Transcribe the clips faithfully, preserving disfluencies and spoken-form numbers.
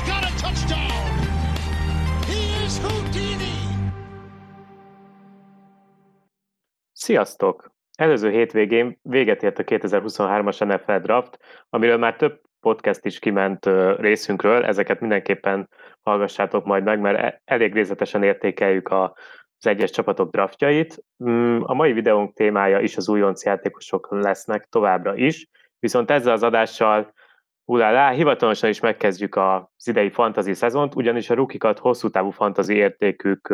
got a touchdown. He is Houdini. Sziasztok! Előző hétvégén véget ért a kétezer-huszonhármas en ef el Draft, amiről már több podcast is kiment részünkről, ezeket mindenképpen hallgassátok majd meg, mert elég részletesen értékeljük a, az egyes csapatok draftjait. A mai videónk témája is az újonc játékosok lesznek továbbra is, viszont ezzel az adással ulálá, hivatalosan is megkezdjük az idei fantasy szezont, ugyanis a rukikat hosszú távú fantasy értékük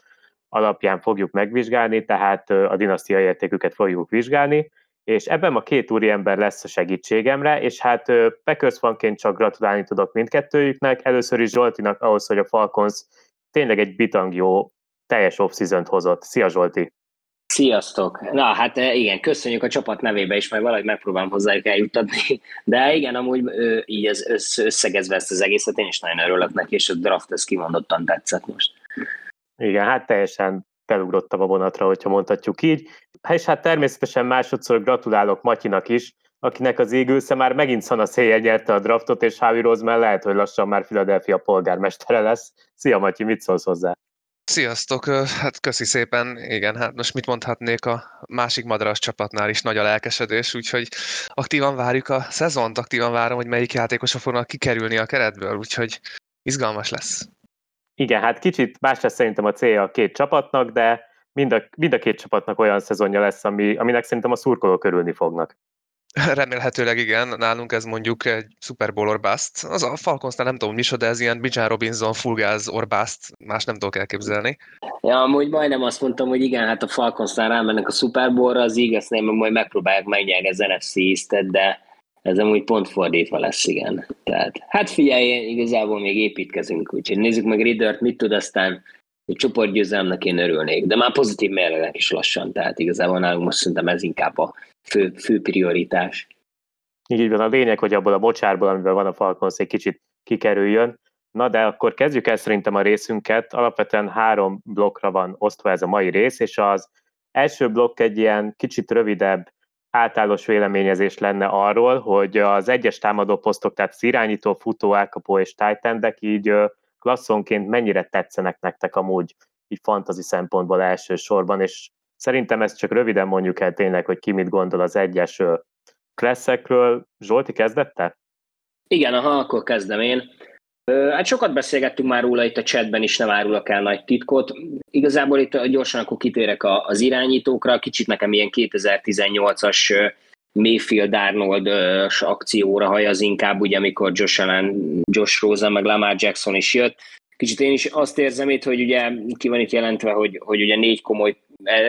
alapján fogjuk megvizsgálni, tehát a dinasztia értéküket fogjuk vizsgálni, és ebben ma két úriember lesz a segítségemre, és hát Packers fanként csak gratulálni tudok mindkettőjüknek, először is Zsoltinak ahhoz, hogy a Falcons tényleg egy bitang jó teljes off-season-t hozott. Szia Zsolti! Sziasztok! Na hát igen, köszönjük a csapat nevébe is, majd valahogy megpróbálom hozzájuk eljuttatni, de igen, amúgy így ez összegezve ezt az egészet, én is nagyon örülök neki, és a draft ez kimondottan tetszett most. Igen, hát teljesen felugrottam a vonatra, hogyha mondhatjuk így. És hát természetesen másodszor gratulálok Matyinak is, akinek az égősze már megint szanaszéjjel nyerte a draftot, és Howie Roseman lehet, hogy lassan már Philadelphia polgármestere lesz. Szia Matyi, mit szólsz hozzá? Sziasztok, hát köszi szépen, igen, hát most mit mondhatnék, a másik madaras csapatnál is nagy a lelkesedés, úgyhogy aktívan várjuk a szezont, aktívan várom, hogy melyik játékosok fognak kikerülni a keretből, úgyhogy izgalmas lesz. Igen, hát kicsit más lesz szerintem a célja a két csapatnak, de mind a, mind a két csapatnak olyan szezonja lesz, ami, aminek szerintem a szurkolók örülni fognak. Remélhetőleg igen, nálunk ez mondjuk egy Super Bowl or bust. Az a Falconsnál nem tudom micsoda, ez ilyen Bijan Robinson full gáz or bust, más nem tudok elképzelni. Ja, amúgy majdnem azt mondtam, hogy igen, hát a Falconsnál rámennek a Super Bowlra, az igaz, nem, majd megpróbálják megnyerni az en ef cé East-et, de ez amúgy pont fordítva lesz, igen. Tehát, hát figyelj, igazából még építkezünk, úgyhogy nézzük meg Riddert, mit tud, aztán egy csoportgyőzelemnek én örülnék, de már pozitív mérlegek is lassan, tehát igazából nálunk most szerintem ez inkább a fő, fő prioritás. Így van, a lényeg, hogy abból a mocsárból, amiben van a Falcons, egy kicsit kikerüljön. Na de akkor kezdjük el szerintem a részünket. Alapvetően három blokkra van osztva ez a mai rész, és az első blokk egy ilyen kicsit rövidebb, általános véleményezés lenne arról, hogy az egyes támadó posztok, tehát az irányító, futó, elkapó és tight endek így klasszonként mennyire tetszenek nektek amúgy így fantasy szempontból elsősorban, és szerintem ezt csak röviden mondjuk el tényleg, hogy ki mit gondol az egyes klasszekről. Zsolti, kezdette? Igen, aha, akkor kezdem én. Hát sokat beszélgettünk már róla itt a chatben is, nem árulok el nagy titkot. Igazából itt gyorsan akkor kitérek az irányítókra, kicsit nekem ilyen kétezer-tizennyolcas Mayfield Arnold-s akcióra hajaz inkább, ugye amikor Josh Allen, Josh Rosen meg Lamar Jackson is jött. Kicsit én is azt érzem itt, hogy ugye ki van itt jelentve, hogy, hogy ugye négy komoly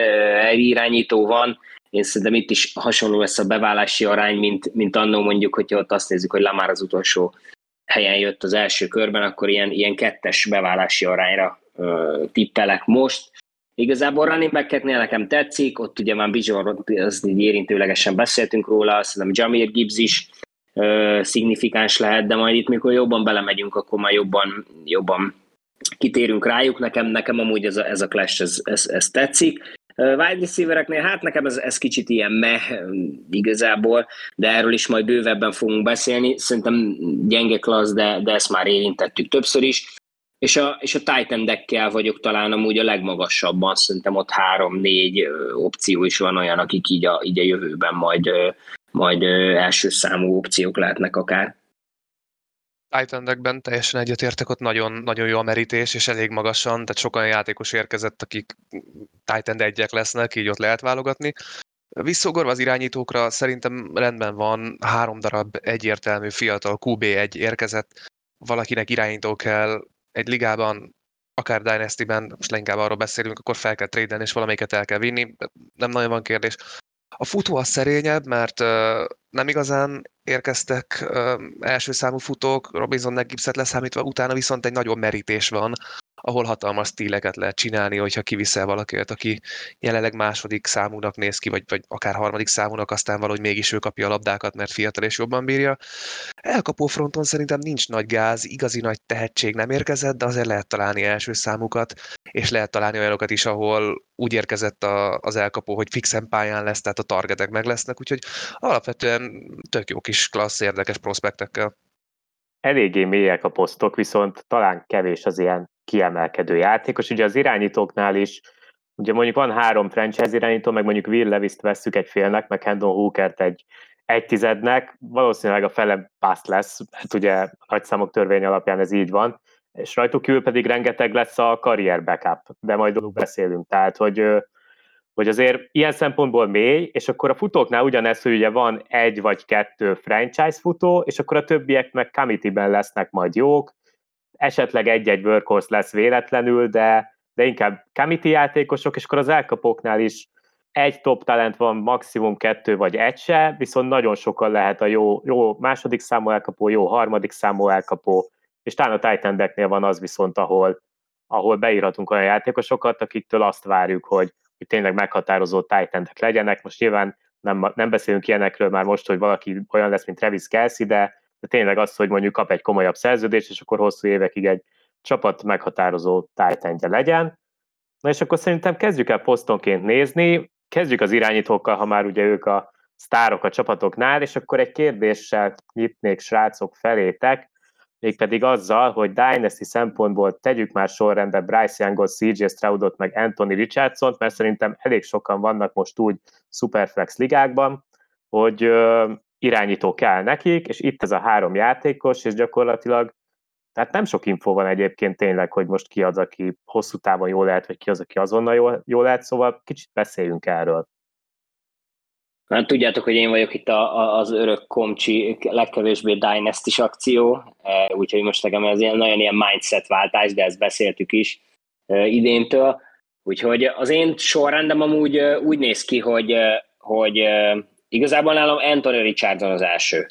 irányító van. Én szerintem itt is hasonló lesz a beválási arány, mint, mint annó mondjuk, hogyha ott azt nézzük, hogy Lamar az utolsó helyen jött az első körben, akkor ilyen, ilyen kettes beválási arányra ö, tippelek most. Igazából running back-eknél nekem tetszik, ott ugye már Bijan, az így érintőlegesen beszéltünk róla, szerintem Jahmyr Gibbs is ö, szignifikáns lehet, de majd itt, mikor jobban belemegyünk, akkor már jobban, jobban kitérünk rájuk. Nekem, nekem amúgy ez a, ez a clash, ez, ez, ez tetszik. Wide receivereknél, hát nekem ez, ez kicsit ilyen meh igazából, de erről is majd bővebben fogunk beszélni. Szerintem gyenge klassz, de, de ezt már érintettük többször is. És a, és a tight endekkel vagyok talán amúgy a legmagasabban, szerintem ott három-négy opció is van olyan, akik így a, így a jövőben majd, majd első számú opciók lehetnek akár. Tight endekben teljesen egyetértek, ott nagyon, nagyon jó a merítés, és elég magasan, tehát sokan játékos érkezett, akik tight end egyek lesznek, így ott lehet válogatni. Visszogorva az irányítókra szerintem rendben van, három darab egyértelmű fiatal kú bé egy érkezett, valakinek irányító kell egy ligában, akár Dynasty-ben, most leginkább arról beszélünk, akkor fel kell tradelni, és valamelyiket el kell vinni, nem nagyon van kérdés. A futó az szerényebb, mert uh, nem igazán érkeztek uh, első számú futók, Robinsonnak Gibbset leszámítva, utána viszont egy nagyon merítés van, ahol hatalmas stíleket lehet csinálni, hogyha kiviszel valakit, aki jelenleg második számúnak néz ki, vagy, vagy akár harmadik számúnak, aztán valahogy mégis ő kapja a labdákat, mert fiatal és jobban bírja. Elkapó fronton szerintem nincs nagy gáz, igazi nagy tehetség nem érkezett, de azért lehet találni első számukat, és lehet találni olyanokat is, ahol úgy érkezett a, az elkapó, hogy fixen pályán lesz, tehát a targetek meg lesznek, úgyhogy alapvetően tök jó kis klassz, érdekes prospektekkel. eléggé mélyek a posztok, viszont talán kevés az ilyen kiemelkedő játékos. Ugye az irányítóknál is, ugye mondjuk van három franchise irányító, meg mondjuk Will Levis-t vesszük egy félnek, meg Hendon Hookert egy egy tizednek, valószínűleg a fele pass lesz, hát ugye a nagyszámok törvény alapján ez így van, és rajtuk kívül pedig rengeteg lesz a karrier backup, de majd dolog beszélünk, tehát hogy, hogy azért ilyen szempontból mély, és akkor a futóknál ugyanez, hogy ugye van egy vagy kettő franchise futó, és akkor a többiek meg committee-ben lesznek majd jók, esetleg egy-egy workhorse lesz véletlenül, de, de inkább committee játékosok, és akkor az elkapóknál is egy top talent van, maximum kettő vagy egy se, viszont nagyon sokan lehet a jó, jó második számú elkapó, jó harmadik számú elkapó, és talán a tight endeknél van az viszont, ahol, ahol beírhatunk olyan játékosokat, akiktől azt várjuk, hogy, hogy tényleg meghatározó tight endek legyenek. Most nyilván nem, nem beszélünk ilyenekről már most, hogy valaki olyan lesz, mint Travis Kelce, de, de tényleg az, hogy mondjuk kap egy komolyabb szerződést, és akkor hosszú évekig egy csapat meghatározó tight endje legyen. Na és akkor szerintem kezdjük el posztonként nézni, kezdjük az irányítókkal, ha már ugye ők a sztárok a csapatoknál, és akkor egy kérdéssel nyitnék srácok felétek, mégpedig azzal, hogy Dynasty szempontból tegyük már sorrendbe Bryce Youngot, cé jé Stroudot, meg Anthony Richardsont, mert szerintem elég sokan vannak most úgy Superflex ligákban, hogy ö, irányító kell nekik, és itt ez a három játékos, és gyakorlatilag tehát nem sok info van egyébként tényleg, hogy most ki az, aki hosszú távon jól lehet, vagy ki az, aki azonnal jól, jól lehet, szóval kicsit beszéljünk erről. Hát tudjátok, hogy én vagyok itt a, a, az örök komcsi, legkevésbé Dynasty-s akció, úgyhogy most nekem ez ilyen, nagyon ilyen mindset váltás, de ezt beszéltük is idéntől. Úgyhogy az én sorrendem amúgy úgy néz ki, hogy, hogy igazából nálam Anthony Richardson az első.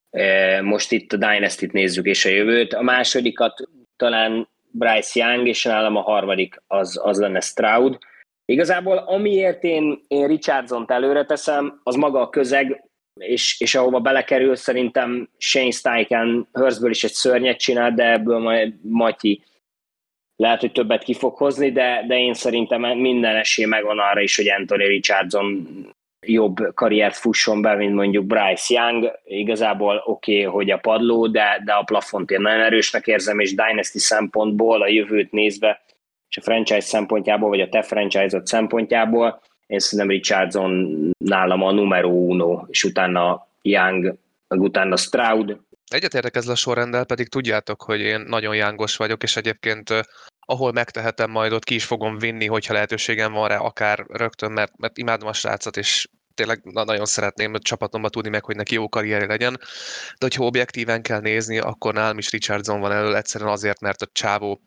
Most itt a Dynasty-t nézzük és a jövőt. A másodikat talán Bryce Young, és nálam a harmadik az, az lenne Stroud. Igazából amiért én, én Richardsont előre teszem, az maga a közeg, és, és ahova belekerül, szerintem Shane Steichen Hurstből is egy szörnyet csinál, de ebből majd Matyi lehet, hogy többet ki fog hozni, de, de én szerintem minden esély megvan arra is, hogy Anthony Richardson jobb karriert fusson be, mint mondjuk Bryce Young. Igazából oké, okay, hogy a padló, de, de a plafont én nagyon erősnek érzem, és Dynasty szempontból, a jövőt nézve, és a franchise szempontjából, vagy a te franchise-od szempontjából, én szerintem Richardson nálam a numero uno, és utána Young, meg utána Stroud. Egyetértek ezzel a sorrenddel, pedig tudjátok, hogy én nagyon Youngos vagyok, és egyébként ahol megtehetem, majd ott ki is fogom vinni, hogyha lehetőségem van rá, akár rögtön, mert, mert imádom a srácot, és tényleg nagyon szeretném csapatomba tudni meg, hogy neki jó karrierje legyen, de hogyha objektíven kell nézni, akkor nálam is Richardson van elől, egyszerűen azért, mert a csávó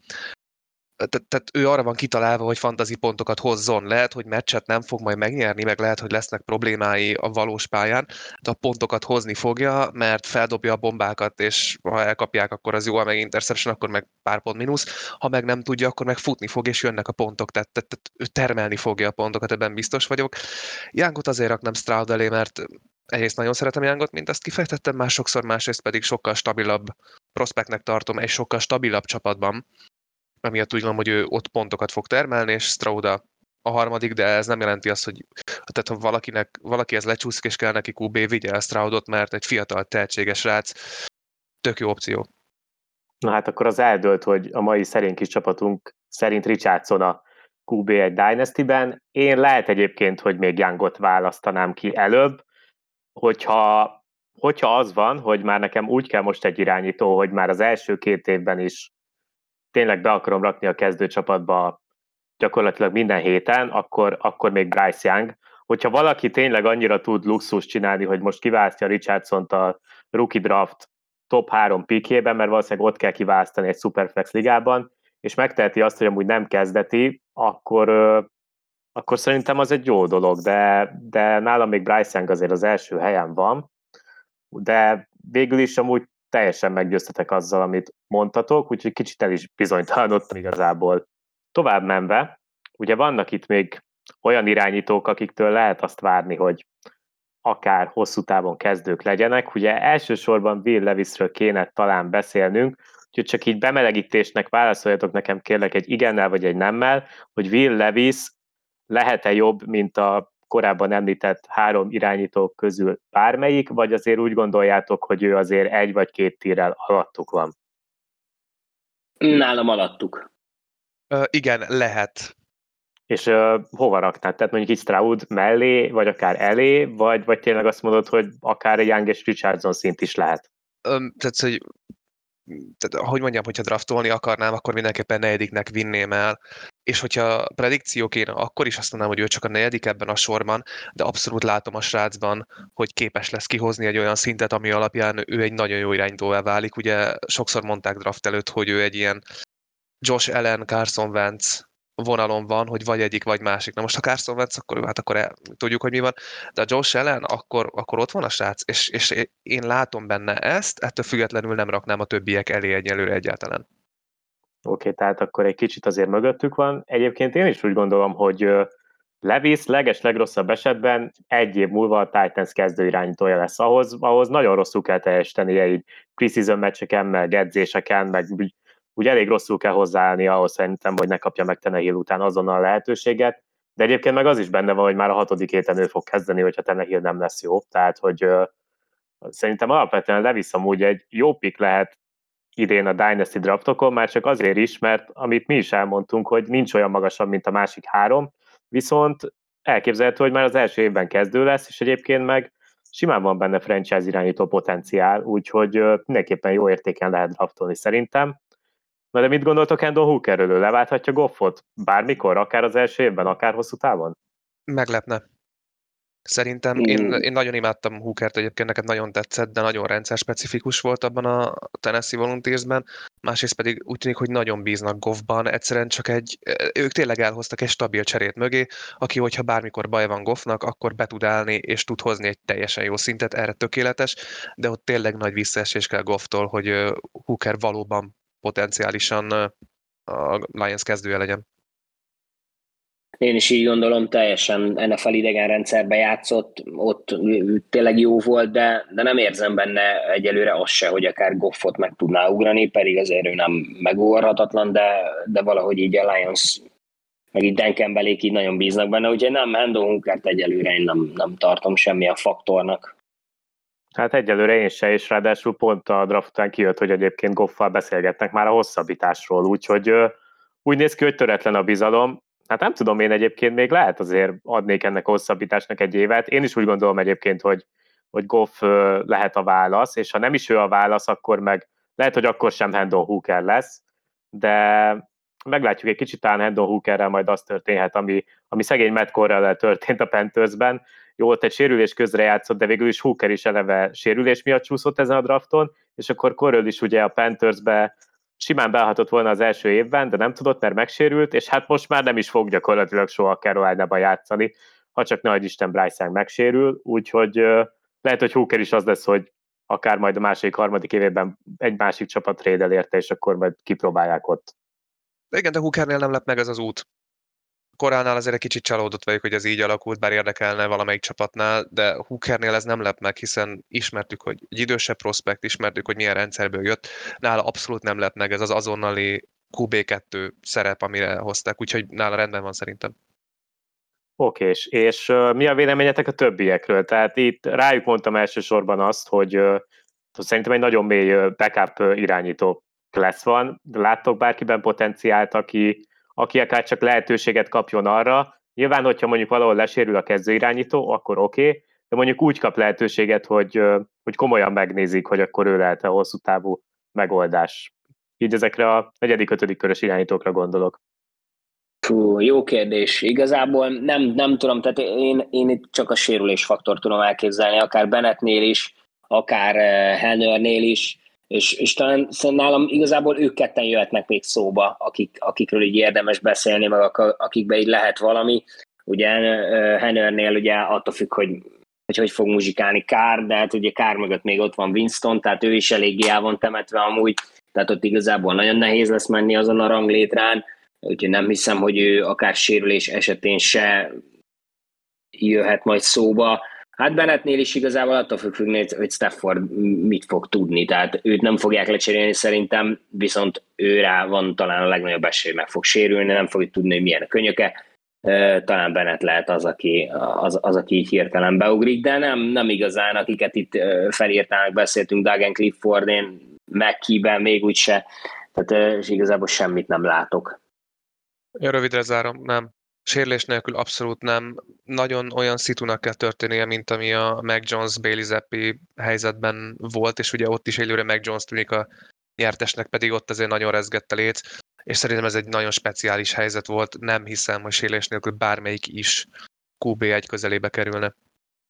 Tehát, tehát ő arra van kitalálva, hogy fantasy pontokat hozzon. Lehet, hogy meccset nem fog majd megnyerni, meg lehet, hogy lesznek problémái a valós pályán, de a pontokat hozni fogja, mert feldobja a bombákat, és ha elkapják, akkor az jó, ha meg interception, akkor meg pár pont mínusz. Ha meg nem tudja, akkor meg futni fog, és jönnek a pontok. Tehát, tehát, tehát ő termelni fogja a pontokat, ebben biztos vagyok. Youngot azért raknám Stroud elé, mert egyrészt nagyon szeretem Youngot, mint azt kifejtettem, már sokszor, másrészt pedig sokkal stabilabb prospektnek tartom egy sokkal stabilabb csapatban, amiatt úgy gondolom, hogy ő ott pontokat fog termelni, és Stroud a harmadik, de ez nem jelenti azt, hogy tehát ha valakinek, valaki ez lecsúszik, és kell neki kú bé, vigye el Stroudot, mert egy fiatal, tehetséges rác, tök jó opció. Na hát akkor az eldőlt, hogy a mai szerény kis csapatunk szerint Richardson a kú bé egy Dynasty-ben. Én lehet egyébként, hogy még Youngot választanám ki előbb, hogyha, hogyha az van, hogy már nekem úgy kell most egy irányító, hogy már az első két évben is tényleg be akarom rakni a kezdőcsapatba gyakorlatilag minden héten, akkor, akkor még Bryce Young. Hogyha valaki tényleg annyira tud luxus csinálni, hogy most kiválasztja Richardsont a rookie draft top három pickjében, mert valószínűleg ott kell kiválasztani egy Superflex ligában, és megteheti azt, hogy amúgy nem kezdeti, akkor, akkor szerintem az egy jó dolog, de, de nálam még Bryce Young azért az első helyen van, de végül is amúgy teljesen meggyőztetek azzal, amit mondtatok, úgyhogy kicsit el is bizonytalanodtam igazából. Tovább menve, ugye vannak itt még olyan irányítók, akiktől lehet azt várni, hogy akár hosszú távon kezdők legyenek. Ugye elsősorban Will Levisről kéne talán beszélnünk, úgyhogy csak így bemelegítésnek válaszoljatok nekem kérlek egy igennel vagy egy nemmel, hogy Will Levis lehet-e jobb, mint a korábban említett három irányítók közül bármelyik, vagy azért úgy gondoljátok, hogy ő azért egy vagy két tírrel alattuk van? Nálam alattuk. Uh, igen, lehet. És uh, hova raknád? Tehát mondjuk így Stroud mellé, vagy akár elé, vagy, vagy tényleg azt mondod, hogy akár Young és Richardson szint is lehet? Um, tehát, hogy tehát, ahogy mondjam, hogyha draftolni akarnám, akkor mindenképpen negyediknek vinném el, és hogyha predikció kéne, akkor is azt mondanám, hogy ő csak a negyedik ebben a sorban, de abszolút látom a srácban, hogy képes lesz kihozni egy olyan szintet, ami alapján ő egy nagyon jó irányítóvá válik. Ugye sokszor mondták draft előtt, hogy ő egy ilyen Josh Allen, Carson Wentz vonalon van, hogy vagy egyik, vagy másik. Na most ha Carson Wentz, akkor hát akkor el, tudjuk, hogy mi van, de a Josh Allen, akkor, akkor ott van a srác, és, és én látom benne ezt, ettől függetlenül nem raknám a többiek elé egyelőre egyáltalán. Oké, okay, tehát akkor egy kicsit azért mögöttük van. Egyébként én is úgy gondolom, hogy Levis leges legrosszabb esetben egy év múlva a Titans kezdő irányítója lesz. Ahhoz, ahhoz nagyon rosszul kell teljesítenie így preseason meccseken, meg edzéseken, meg úgy, úgy elég rosszul kell hozzáállni ahhoz szerintem, hogy ne kapja meg Tannehill után azonnal a lehetőséget. De egyébként meg az is benne van, hogy már a hatodik héten ő fog kezdeni, hogyha Tannehill nem lesz jó. Tehát, hogy uh, szerintem alapvetően Levis amúgy egy jó pick lehet idén a Dynasty draftokon, már csak azért is, mert amit mi is elmondtunk, hogy nincs olyan magasabb, mint a másik három, viszont elképzelhető, hogy már az első évben kezdő lesz, és egyébként meg simán van benne franchise irányító potenciál, úgyhogy mindenképpen jó értéken lehet draftolni szerintem. Na de mit gondoltok Hendon Hookerről? Leválthatja Goffot bármikor, akár az első évben, akár hosszú távon? Meglepne. Szerintem mm. én, én nagyon imádtam Hookert, egyébként neked nagyon tetszett, de nagyon rendszer-specifikus volt abban a Tennessee Volunteersben, másrészt pedig úgy tűnik, hogy nagyon bíznak Goffban, egyszerűen csak egy, ők tényleg elhoztak egy stabil cserét mögé, aki, hogyha bármikor baj van Goffnak, akkor be tud állni, és tud hozni egy teljesen jó szintet, erre tökéletes, de ott tényleg nagy visszaesés kell Gofftól, hogy Hooker valóban potenciálisan a Lions kezdője legyen. Én is így gondolom, teljesen en ef el idegen rendszerbe játszott, ott tényleg jó volt, de, de nem érzem benne egyelőre azt se, hogy akár Goffot meg tudná ugrani, pedig azért ő nem megugorhatatlan, de, de valahogy így a Lions, meg így Dan Campbellék így nagyon bíznak benne, úgyhogy nem, Hendon Hookert egyelőre én nem, nem tartom semmilyen faktornak. Hát egyelőre én se, és ráadásul pont a draft után kijött, hogy egyébként Goffal beszélgetnek már a hosszabbításról, úgyhogy úgy néz ki, hogy töretlen a bizalom. Hát nem tudom, én egyébként még lehet azért adnék ennek a hosszabbításnak egy évet. Én is úgy gondolom egyébként, hogy, hogy Goff lehet a válasz, és ha nem is ő a válasz, akkor meg lehet, hogy akkor sem Hendon Hooker lesz, de meglátjuk egy kicsit, talán Hendon Hookerrel majd az történhet, ami, ami szegény Matt Corral-el történt a Panthersben. Jó, ott egy sérülés közre játszott, de végül is Hooker is eleve sérülés miatt csúszott ezen a drafton, és akkor Corral is ugye a Panthersbe simán beállhatott volna az első évben, de nem tudott, mert megsérült, és hát most már nem is fog gyakorlatilag soha a Caroline-ban játszani, ha csak nehogy Isten Bryce Young megsérül, úgyhogy uh, lehet, hogy Hooker is az lesz, hogy akár majd a második, harmadik évében egy másik csapat trédel érte, és akkor majd kipróbálják ott. De igen, de Hookernél nem lett meg ez az út. Koránál azért egy kicsit csalódott vagyok, hogy ez így alakult, bár érdekelne valamelyik csapatnál, de Hookernél ez nem lep meg, hiszen ismertük, hogy egy idősebb prospekt, ismertük, hogy milyen rendszerből jött. Nála abszolút nem lep meg ez az azonnali kú bé kettő szerep, amire hozták, úgyhogy nála rendben van szerintem. Oké, és, és uh, mi a véleményetek a többiekről? Tehát itt rájuk mondtam elsősorban azt, hogy uh, szerintem egy nagyon mély uh, backup uh, irányító lesz van, de láttok bárkiben potenciált, aki aki akár csak lehetőséget kapjon arra. Nyilván, hogyha mondjuk valahol lesérül a kezdőirányító, akkor oké, okay, de mondjuk úgy kap lehetőséget, hogy, hogy komolyan megnézik, hogy akkor ő lehet a hosszú távú megoldás. Így ezekre a negyedik, ötödik körös irányítókra gondolok. Fú, jó kérdés. Igazából nem, nem tudom, tehát én, én itt csak a sérülés faktort tudom elképzelni, akár Bennettnél is, akár Hennernél is, És, és talán nálam igazából ők ketten jöhetnek még szóba, akik, akikről így érdemes beszélni, meg akikbe így lehet valami. Ugye Hennernél ugye attól függ, hogy hogy, hogy fog muzsikálni Carr, de hát ugye Carr mögött még ott van Winston, tehát ő is eléggé el van temetve amúgy, tehát ott igazából nagyon nehéz lesz menni azon a ranglétrán, úgyhogy nem hiszem, hogy ő akár sérülés esetén se jöhet majd szóba. Hát Bennettnél is igazából attól függ függni, hogy Stafford mit fog tudni, tehát őt nem fogják lecserélni szerintem, viszont őrá van talán a legnagyobb esély, meg fog sérülni, nem fogja tudni, hogy milyen a könyöke, talán Bennett lehet az, aki, az, az, aki így hirtelen beugrik, de nem, nem igazán, akiket itt felírtának, beszéltünk, Duggan Clifford, én McKee-ben még úgyse, tehát és igazából semmit nem látok. Én rövidre zárom, nem. Sérülés nélkül abszolút nem. Nagyon olyan szitunak kell történnie, mint ami a Mac Jones Bailey Zappi helyzetben volt, és ugye ott is egyelőre Mac Jones tűnik a nyertesnek, pedig ott azért nagyon rezgett a léc, és szerintem ez egy nagyon speciális helyzet volt, nem hiszem, hogy sérülés nélkül bármelyik is kú bé egy közelébe kerülne. Oké,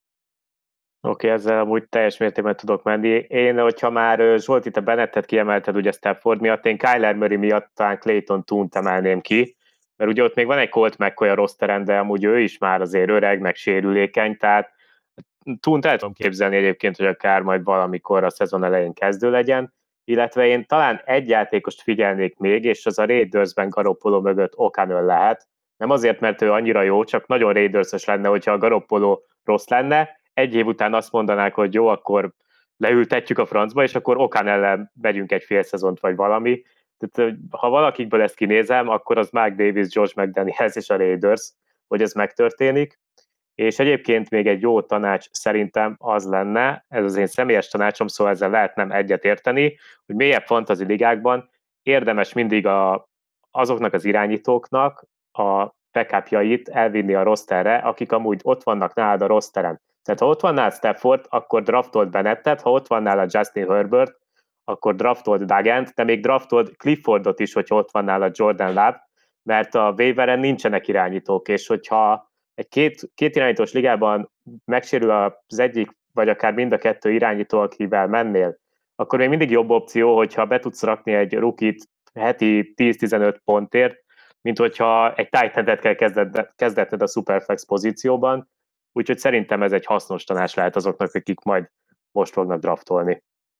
okay, ezzel amúgy teljes mértékben tudok menni. Én, hogyha már Zsolt itt a Bennettet kiemelted ugye Stafford miatt, én Kyler Murray miatt talán Clayton Tune-t emelném ki, mert ugye ott még van egy Colt McCoy a rosteren, de amúgy ő is már azért öreg, meg sérülékeny, tehát Tune-t el tudom képzelni egyébként, hogy akár majd valamikor a szezon elején kezdő legyen, illetve én talán egy játékost figyelnék még, és az a Raidersben Garoppolo mögött O'Connell lehet. Nem azért, mert ő annyira jó, csak nagyon Raiders-ös lenne, hogyha a Garoppolo rossz lenne, egy év után azt mondanák, hogy jó, akkor leültetjük a francba, és akkor O'Connell-el megyünk egy fél szezont, vagy valami. Tehát, ha valakikből ezt kinézem, akkor az Mark Davis, Josh McDaniels és a Raiders, hogy ez megtörténik. És egyébként még egy jó tanács szerintem az lenne, ez az én személyes tanácsom, szóval ezzel lehet nem egyet érteni, hogy mélyebb fantasy ligákban érdemes mindig a, azoknak az irányítóknak a backupjait elvinni a rosterre, akik amúgy ott vannak nálad a rosteren. Tehát ha ott van nálad Stafford, akkor draftold Bennettet, ha ott van nálad Justin Herbert, akkor draftold Duggant, de még draftold Cliffordot is, hogyha ott van nálad Jordan Love, mert a waiveren nincsenek irányítók, és hogyha egy két, két irányítós ligában megsérül az egyik, vagy akár mind a kettő irányító, akivel mennél, akkor még mindig jobb opció, hogyha be tudsz rakni egy rookie-t heti tíz-tizenöt pontért, mint hogyha egy tight endet kell kezdetned a Superflex pozícióban, úgyhogy szerintem ez egy hasznos tanács lehet azoknak, akik majd most fognak draftolni.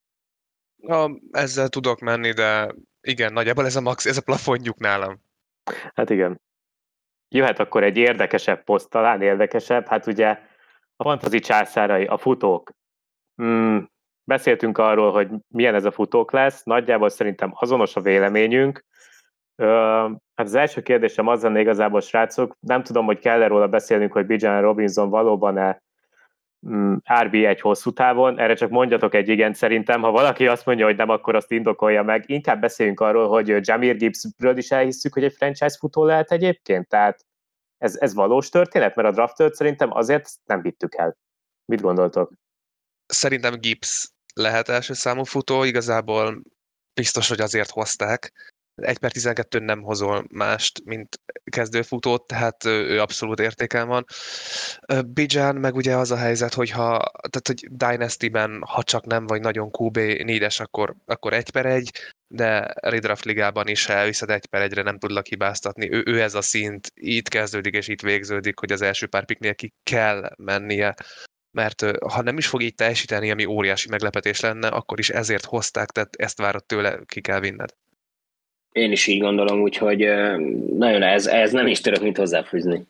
Ja, ezzel tudok menni, de igen, nagyjából ez a max, ez a plafonjuk nálam. Hát igen. Jöhet akkor egy érdekesebb poszt, talán érdekesebb, hát ugye a fantasy császárai, a futók. Hmm, beszéltünk arról, hogy milyen ez a futók lesz, nagyjából szerintem azonos a véleményünk. Ö, hát az első kérdésem az lenne igazából, srácok, nem tudom, hogy kell-e róla beszélnünk, hogy Bijan Robinson valóban-e mm, er bé egy hosszú távon, erre csak mondjatok egy igen szerintem, ha valaki azt mondja, hogy nem, akkor azt indokolja meg. Inkább beszéljünk arról, hogy Jahmyr Gibbsről is elhisszük, hogy egy franchise futó lehet egyébként, tehát ez, ez valós történet, mert a draftot szerintem azért nem vittük el. Mit gondoltok? Szerintem Gibbs lehet első számú futó, igazából biztos, hogy azért hozták. egy per tizenkettőn nem hozol mást, mint kezdőfutót, tehát ő abszolút értéken van. Bijan meg ugye az a helyzet, hogyha, tehát hogy Dynasty-ben, ha csak nem vagy nagyon kú bé négyes, akkor, akkor egy per egy, de redraft ligában is, ha elviszed egy per egyre, nem tudlak hibáztatni. Ő, ő ez a szint, itt kezdődik és itt végződik, hogy az első pár piknél ki kell mennie, mert ha nem is fog így teljesíteni, ami óriási meglepetés lenne, akkor is ezért hozták, tehát ezt várod tőle, ki kell vinned. Én is így gondolom, úgyhogy nagyon ez, ez nem is török mit hozzáfűzni.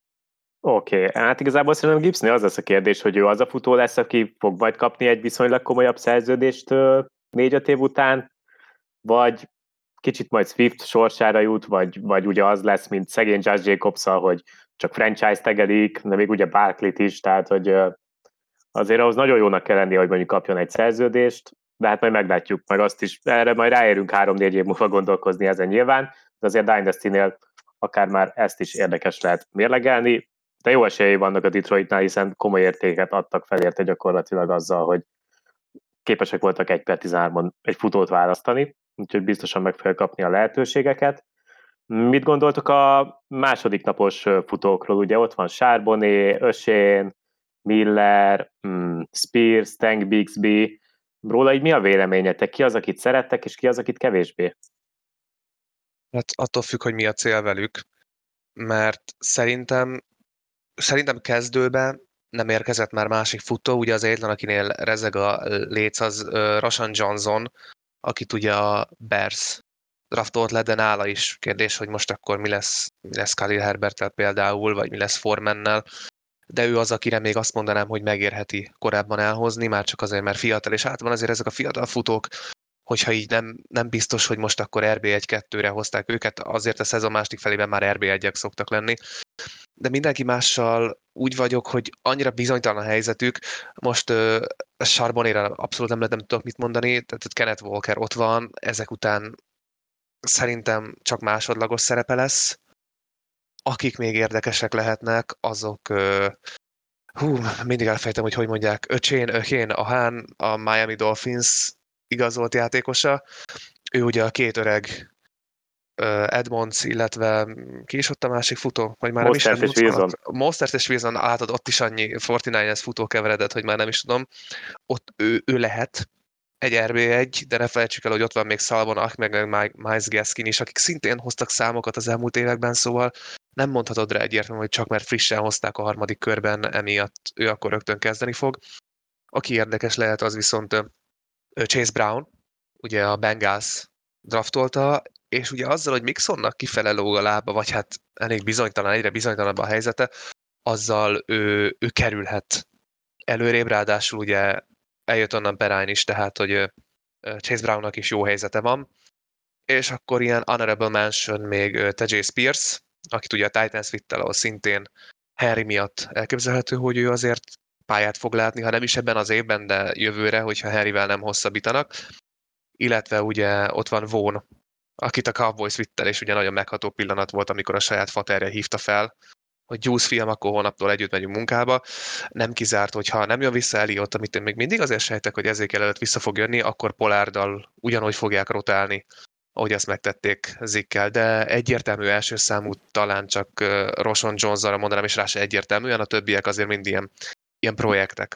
Oké, okay. Hát igazából szerintem Gibbsnél az lesz a kérdés, hogy ő az a futó lesz, aki fog majd kapni egy viszonylag komolyabb szerződést négy-öt év után, vagy kicsit majd Swift sorsára jut, vagy, vagy ugye az lesz, mint szegény Josh Jacobs-szal, hogy csak franchise tegelik, de még ugye Barkley-t is, tehát hogy azért ahhoz nagyon jónak kell lennie, hogy mondjuk kapjon egy szerződést, de hát majd meglátjuk, meg azt is, erre majd ráérünk három-négy év múlva gondolkozni ezen nyilván, de azért Dynasty-nél akár már ezt is érdekes lehet mérlegelni, de jó esélyei vannak a Detroitnál, hiszen komoly értéket adtak fel érte gyakorlatilag azzal, hogy képesek voltak egy per tizenhármon egy futót választani, úgyhogy biztosan meg fogja kapni a lehetőségeket. Mit gondoltok a második napos futókról? Ugye ott van Charbonnet, Ösén, Miller, Spears, Tank Bixby. Róla így mi a véleményetek? Ki az, akit szerettek, és ki az, akit kevésbé? Hát attól függ, hogy mi a cél velük, mert szerintem szerintem kezdőben nem érkezett már másik futó, ugye az egyetlen, akinél rezeg a léc, az uh, Rashan Johnson, akit ugye a Bears draftolt le, de nála is kérdés, hogy most akkor mi lesz, mi lesz Khalil Herberttel például, vagy mi lesz Foremannel, de ő az, akire még azt mondanám, hogy megérheti korábban elhozni, már csak azért, mert fiatal, és általában azért ezek a fiatal futók hogyha így nem, nem biztos, hogy most akkor er bé egy kettőre hozták őket, azért a szezon második felében már er bé egyek szoktak lenni. De mindenki mással úgy vagyok, hogy annyira bizonytalan a helyzetük. Most uh, Charbonnéra abszolút nem, nem tudok mit mondani, tehát Kenneth Walker ott van, ezek után szerintem csak másodlagos szerepe lesz. Akik még érdekesek lehetnek, azok uh, hú, mindig elfejtem, hogy hogy mondják, Öcsén, Öchén, a Hán, a Miami Dolphins igazolt játékosa. Ő ugye a két öreg Edmonds, illetve ki is ott a másik futó? Vagy már Mostert nem és Wilson. Mostert és Wilson, látod, ott is annyi negyvenkilences futó keveredett, hogy már nem is tudom. Ott ő, ő lehet egy er bé egy, de ne felejtsük el, hogy ott van még Salvon Ahmed, meg Miles Gaskin is, akik szintén hoztak számokat az elmúlt években, szóval nem mondhatod rá egyértelműen, hogy csak mert frissen hozták a harmadik körben, emiatt ő akkor rögtön kezdeni fog. Aki érdekes lehet, az viszont Chase Brown, ugye a Bengals draftolta, és ugye azzal, hogy Mixonnak kifele lóg a lába, vagy hát elég bizonytalan, egyre bizonytalanabb a helyzete, azzal ő, ő kerülhet előrébb, ráadásul ugye eljött onnan Perine is, tehát hogy Chase Brownnak is jó helyzete van, és akkor ilyen honorable mention még Tajay Spears, akit ugye a Titans vitt el, ahol szintén Henry miatt elképzelhető, hogy ő azért pályát fog látni, ha nem is ebben az évben, de jövőre, hogyha Henryvel nem hosszabbítanak. Illetve ugye ott van Vaughn, akit a Cowboys vitt el, és ugye nagyon megható pillanat volt, amikor a saját faterje hívta fel, hogy Juice fiam, akkor holnaptól együtt megyünk munkába. Nem kizárt, hogyha nem jön vissza Elliott, amit én még mindig azért sejtek, hogy ezért előtt vissza fog jönni, akkor Pollarddal ugyanúgy fogják rotálni, ahogy ezt megtették Zikkel, de egyértelmű első számú talán csak Roschon Jones-ra mondanám, és rá se egyértelműen, a többiek azért mind ilyen, ilyen projektek.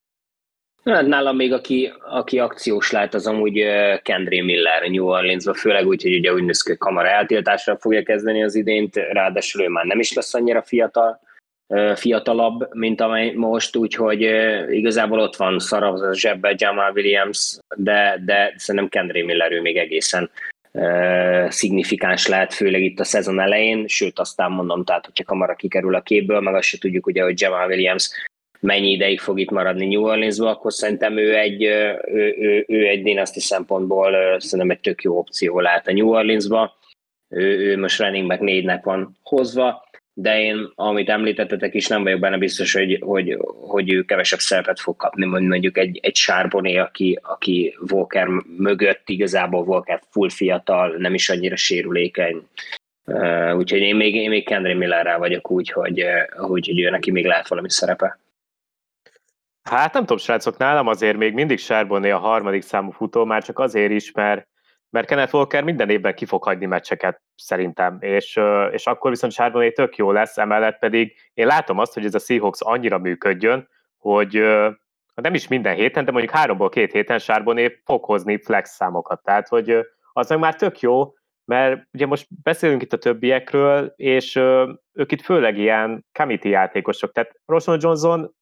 Hát nálam még aki, aki akciós lehet, az amúgy Kendre Miller New Orleansban, főleg úgy, hogy ugye úgy néz ki, hogy Kamara eltiltásra fogja kezdeni az idént, ráadásul ő már nem is lesz annyira fiatal, fiatalabb, mint amely most, úgyhogy igazából ott van szarav a zsebbe Jamal Williams, de, de szerintem Kendre Miller ő még egészen uh, szignifikáns lehet, főleg itt a szezon elején, sőt aztán mondom, tehát hogyha Kamara kikerül a képből, meg azt se tudjuk ugye, hogy Jamal Williams mennyi ideig fog itt maradni New Orleansba, akkor szerintem ő egy, ő, ő, ő egy dynasty szempontból szerintem egy tök jó opció lehet a New Orleansba. Ő, ő most running back négynek van hozva, de én, amit említettetek is, nem vagyok benne biztos, hogy, hogy, hogy ő kevesebb szerepet fog kapni, mondjuk egy, egy Charbonnet, aki, aki Walker mögött, igazából Walker full fiatal, nem is annyira sérülékeny. Uh, úgyhogy én még, én még Kendre Millerrel vagyok úgy, hogy, uh, hogy, hogy ő neki még lehet valami szerepe. Hát nem tudom, srácok, nálam azért még mindig Charbonnet a harmadik számú futó, már csak azért is, mert, mert Kenneth Walker minden évben ki fog hagyni meccseket szerintem, és, és akkor viszont Charbonnet tök jó lesz, emellett pedig én látom azt, hogy ez a Seahawks annyira működjön, hogy nem is minden héten, de mondjuk háromból két héten Charbonnet fog hozni flex számokat, tehát hogy az meg már tök jó, mert ugye most beszélünk itt a többiekről, és ők itt főleg ilyen committee játékosok, tehát Roschon Johnson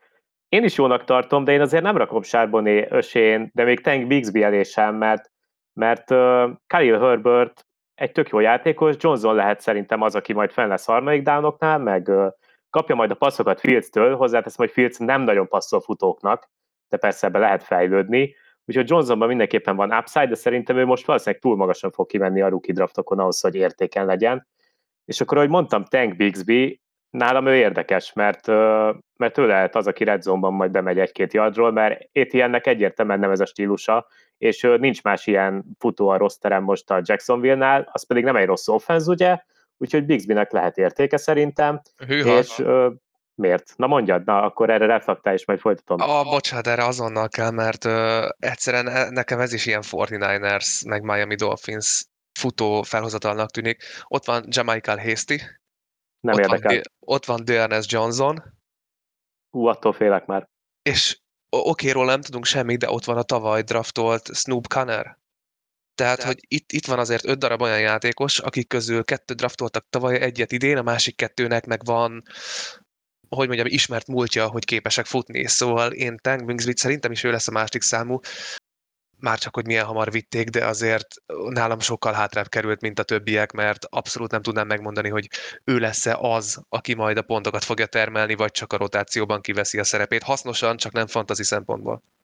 én is jónak tartom, de én azért nem rakom Charbonnet, Ösén, de még Tank Bigsby elé sem, mert, mert uh, Khalil Herbert egy tök jó játékos, Johnson lehet szerintem az, aki majd fenn lesz harmadik downoknál, meg uh, kapja majd a passzokat Fields-től, hozzáteszem, hogy Fields nem nagyon passzol futóknak, de persze ebbe lehet fejlődni, úgyhogy Johnsonban mindenképpen van upside, de szerintem ő most valószínűleg túl magasan fog kimenni a rookie draftokon ahhoz, hogy értéken legyen. És akkor, ahogy mondtam, Tank Bigsby, nálam ő érdekes, mert, mert ő lehet az, aki red zone-ban majd bemegy egy-két yardról, mert Etienne-nek egyértelműen nem ez a stílusa, és nincs más ilyen futó a rosteren most a Jacksonville-nál, az pedig nem egy rossz offense, ugye, úgyhogy Bigsbynek lehet értéke szerintem, Hűha. és uh, miért? Na mondjad, na akkor erre reflektálj, és majd folytatom. Ah, bocsánat, erre azonnal kell, mert uh, egyszerűen nekem ez is ilyen negyvenkilencesers, meg Miami Dolphins futó felhozatalnak tűnik. Ott van Jamichael Hasty, Nem ott érdekel. Van, ott van Dearness Johnson. Hú, attól félek már. És oké, okay, róla nem tudunk semmit, de ott van a tavaly draftolt Snoop Conner. Tehát, de. hogy itt, itt van azért öt darab olyan játékos, akik közül kettő draftoltak tavaly, egyet idén, a másik kettőnek meg van, hogy mondjam, ismert múltja, hogy képesek futni. Szóval én Tank Bigsby szerintem is ő lesz a másik számú, már csak, hogy milyen hamar vitték, de azért nálam sokkal hátrább került, mint a többiek, mert abszolút nem tudnám megmondani, hogy ő lesz-e az, aki majd a pontokat fogja termelni, vagy csak a rotációban kiveszi a szerepét. Hasznosan, csak nem fantasy szempontból.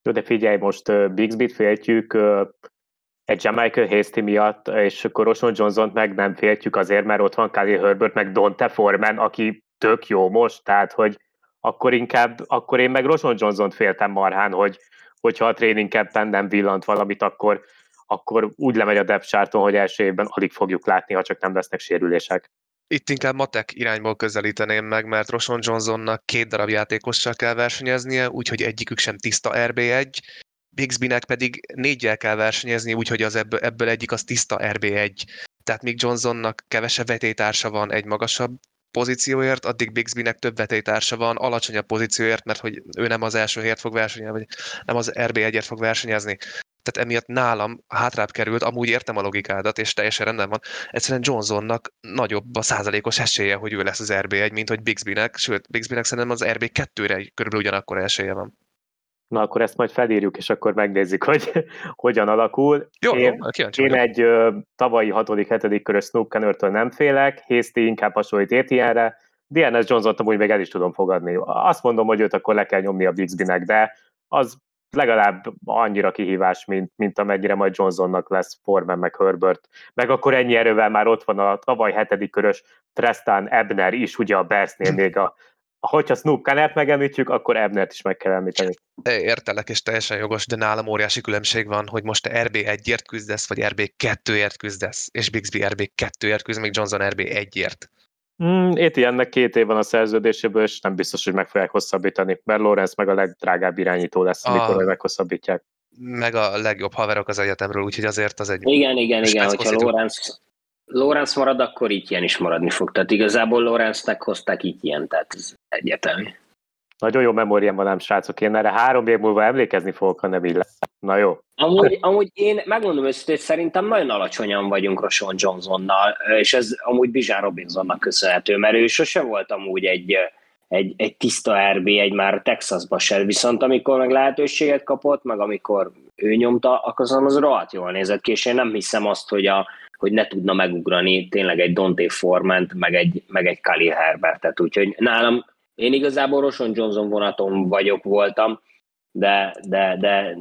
Jó, de figyelj, most uh, Bigsbyt féltjük uh, egy Jamichael Hasty miatt, és akkor Roschon Johnson-t meg nem féltjük azért, mert ott van Khalil Herbert, meg Donte Foreman, aki tök jó most, tehát hogy akkor inkább, akkor én meg Roschon Johnson-t féltem marhán, hogy hogyha a training campen nem villant valamit, akkor, akkor úgy lemegy a depth charton, hogy első évben alig fogjuk látni, ha csak nem lesznek sérülések. Itt inkább matek irányból közelíteném meg, mert Roschon Johnsonnak két darab játékossal kell versenyeznie, úgyhogy egyikük sem tiszta er bé egy, Bigsbynek pedig négyel kell versenyezni, úgyhogy az ebből, ebből egyik az tiszta er bé egy. Tehát míg Johnsonnak kevesebb vetélytársa van egy magasabb pozícióért, addig Bigsbynek több vetélytársa van alacsonyabb pozícióért, mert hogy ő nem az első helyet fog versenyezni, vagy nem az er bé egyért fog versenyezni. Tehát emiatt nálam hátrább került, amúgy értem a logikádat, és teljesen rendben van. Egyszerűen Johnsonnak nagyobb a százalékos esélye, hogy ő lesz az er bé egy, mint hogy Bigsbynek, sőt, Bigsbynek szerintem az er bé kettőre körülbelül ugyanakkor esélye van. Na akkor ezt majd felírjuk, és akkor megnézzük, hogy hogyan alakul. Jó, én, jó, én egy ö, tavalyi hatodik-hetedik körös Snoop Kennertől nem félek, Hasty inkább hasonlít Etienne-re, dé en es Johnson-t amúgy meg el is tudom fogadni. Azt mondom, hogy őt akkor le kell nyomni a Bigsbynek, de az legalább annyira kihívás, mint, mint amennyire majd Johnsonnak lesz Foreman meg Herbert. Meg akkor ennyi erővel már ott van a tavaly hetedik körös Tristan Ebner is, ugye a Bearsnél még a hogyha Snoop Kennert megemlítjük, akkor Ebnert is meg kell említeni. Értelek, és teljesen jogos, de nálam óriási különbség van, hogy most te er bé egyért küzdesz, vagy er bé kettőért küzdesz, és Bigsby er bé kettőért küzd, még Johnson er bé egyért. Mm, Etienne-nek két év van a szerződéséből, és nem biztos, hogy meg fogják hosszabbítani, mert Lawrence meg a legdrágább irányító lesz, amikor a... meghosszabbítják. Meg a legjobb haverok az egyetemről, úgyhogy azért az egy... Igen, igen, igen, hogyha Lawrence, Lawrence marad, akkor Etienne is maradni fog. Tehát igazából Lawrence-nek hozták Etienne, tehát ez egyetemű. Nagyon jó memóriám van ám, srácok, én erre három év múlva emlékezni fogok, ha nem így lesz. Na jó. Amúgy, amúgy én megmondom őszintén, szerintem nagyon alacsonyan vagyunk Roschon Johnsonnal, és ez amúgy Bijan Robinsonnak köszönhető, mert ő sose volt amúgy egy, egy, egy tiszta er bé egy már Texasba se, viszont amikor meg lehetőséget kapott, meg amikor ő nyomta, akkor az rohadt jól nézett ki, és én nem hiszem azt, hogy, a, hogy ne tudna megugrani tényleg egy Donte Forement, meg egy, meg egy Khalil Herbertet, úgyhogy nálam én igazából Roschon Johnson vonaton vagyok, voltam, de, de, de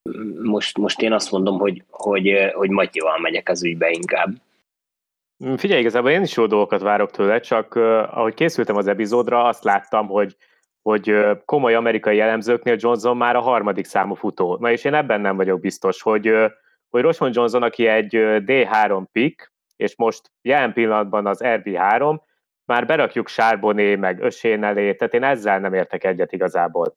most, most én azt mondom, hogy, hogy, hogy Matyival megyek az ügybe inkább. Figyelj, igazából én is jó dolgokat várok tőle, csak uh, ahogy készültem az epizódra, azt láttam, hogy, hogy uh, komoly amerikai elemzőknél Johnson már a harmadik számú futó. Na és én ebben nem vagyok biztos, hogy, uh, hogy Roschon Johnson, aki egy uh, dé három pick, és most jelen pillanatban az er bé három, már berakjuk Charbonnet meg Ösén elé, tehát én ezzel nem értek egyet igazából.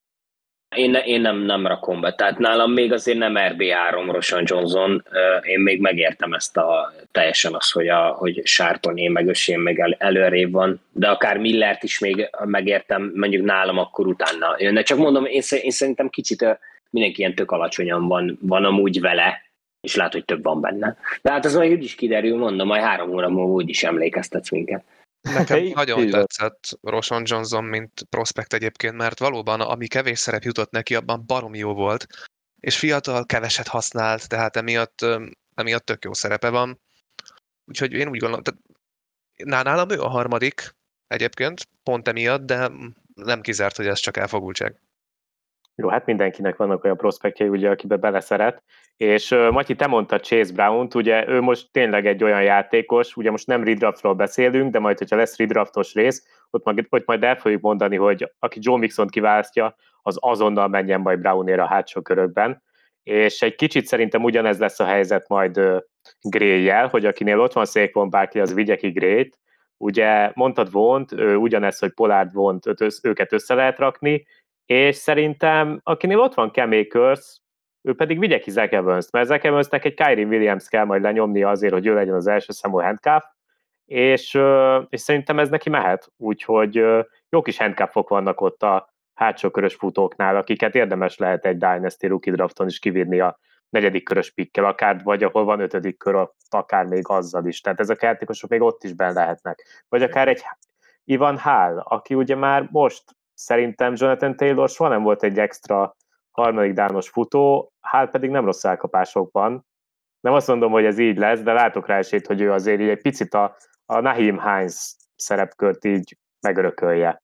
Én, ne, én nem, nem rakom be, tehát nálam még azért nem er bé három Roschon Johnson, én még megértem ezt a teljesen az, hogy, a, hogy Charbonnet meg Ösén még el, előrébb van, de akár Millert is még megértem, mondjuk nálam akkor utána jönne. Csak mondom, én, én szerintem kicsit mindenki ilyen tök alacsonyan van, van amúgy vele, és lát, hogy több van benne. De hát ez majd úgy is kiderül, mondom, majd három óra múlva úgy is emlékeztetsz minket. Nekem nagyon tetszett Roschon Johnson, mint prospekt egyébként, mert valóban ami kevés szerep jutott neki, abban baromi jó volt, és fiatal, keveset használt, tehát emiatt, emiatt tök jó szerepe van. Úgyhogy én úgy gondolom, tehát nálam ő a harmadik egyébként, pont emiatt, de nem kizárt, hogy ez csak elfogultság. Jó, hát mindenkinek vannak olyan prospektjei, ugye, akibe beleszeret, és uh, Matyi, te mondtad Chase Brown-t, ugye ő most tényleg egy olyan játékos, ugye most nem redraftról beszélünk, de majd, hogyha lesz redraftos rész, ott majd, ott majd el fogjuk mondani, hogy aki Joe Mixont kiválasztja, az azonnal menjen majd Brownért a hátsó körökben, és egy kicsit szerintem ugyanez lesz a helyzet majd uh, Gray-jel, hogy akinél ott van Saquon Barkley, az vigye ki Gray-t, ugye mondtad Vaughnt, ugyanez, hogy Pollard Vaughnt, őket össze lehet rakni, és szerintem, akinél ott van Cam Akers, ő pedig vigye ki Zach Evans-t, mert Zach Evans-nek egy Kyrie Williams kell majd lenyomnia azért, hogy ő legyen az első számú handcuff, és, és szerintem ez neki mehet, úgyhogy jó kis handcuffok vannak ott a hátsó körös futóknál, akiket érdemes lehet egy Dynasty Rookie Drafton is kivinni a negyedik körös pikkel, akár, vagy ahol van ötödik kör, akár még azzal is, tehát ezek a játékosok még ott is benne lehetnek. Vagy akár egy Ivan Hall, aki ugye már most szerintem Jonathan Taylor soha nem volt egy extra harmadik dános futó, Hall pedig nem rossz elkapásokban. Nem azt mondom, hogy ez így lesz, de látok rá esélyt, hogy ő azért így egy picit a, a Naheem Hines szerepkört így megörökölje.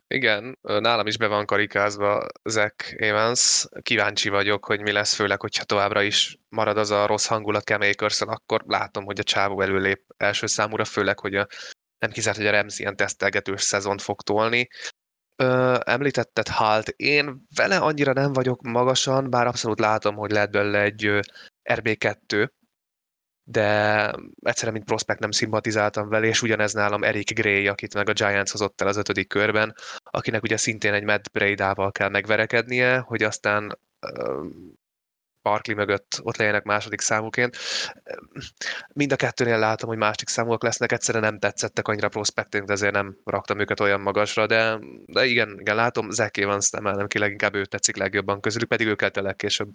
Igen, nálam is be van karikázva Zach Evans. Kíváncsi vagyok, hogy mi lesz, főleg, hogyha továbbra is marad az a rossz hangulat Cam Akers-en, akkor látom, hogy a csávó előlép első számúra, főleg, hogy a, nem kizárt, hogy a Rams ilyen tesztelgetős szezont fog tolni. Ö, említetted Halt. Én vele annyira nem vagyok magasan, bár abszolút látom, hogy lehet belőle egy ö, er bé kettő, de egyszerűen, mint prospect nem szimpatizáltam vele, és ugyanez nálam Eric Gray, akit meg a Giants hozott el az ötödik körben, akinek ugye szintén egy Matt Breida-val kell megverekednie, hogy aztán uh, Barkley mögött ott legyenek második számúként. Mind a kettőnél látom, hogy második számúak lesznek, egyszerűen nem tetszettek annyira prospecting, de ezért nem raktam őket olyan magasra, de, de igen, igen, látom, Zach Evans-t emelnem ki, leginkább őt tetszik legjobban közülük, pedig ők kellett a legkésőbb.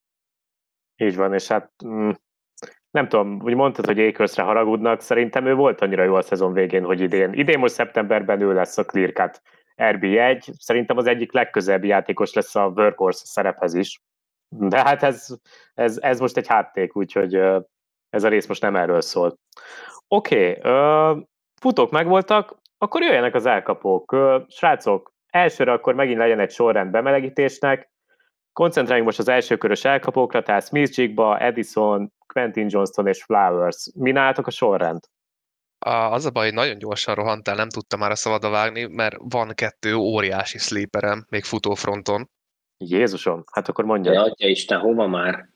Így van, és hát mm, nem tudom, úgy mondtad, hogy Akersre haragudnak, szerintem ő volt annyira jó a szezon végén, hogy idén. Idén most szeptemberben ő lesz a clear cut er bé egy, szerintem az egyik legközelebbi játékos lesz a workhorse szerephez is. De hát ez, ez, ez most egy hátték, úgyhogy ez a rész most nem erről szól. Oké, okay, futók megvoltak, akkor jöjjenek az elkapók. Srácok, elsőre akkor megint legyen egy sorrend bemelegítésnek. Koncentráljunk most az elsőkörös elkapókra, tehát Smith-Jigba, Edison, Quentin Johnston és Flowers. Mi nálatok a sorrend? A, az a baj, hogy nagyon gyorsan rohantál, nem tudtam már a szabadba vágni, mert van kettő óriási sleeperem, még futófronton. Jézusom, hát akkor mondjad. Ja, atya Isten, hova már?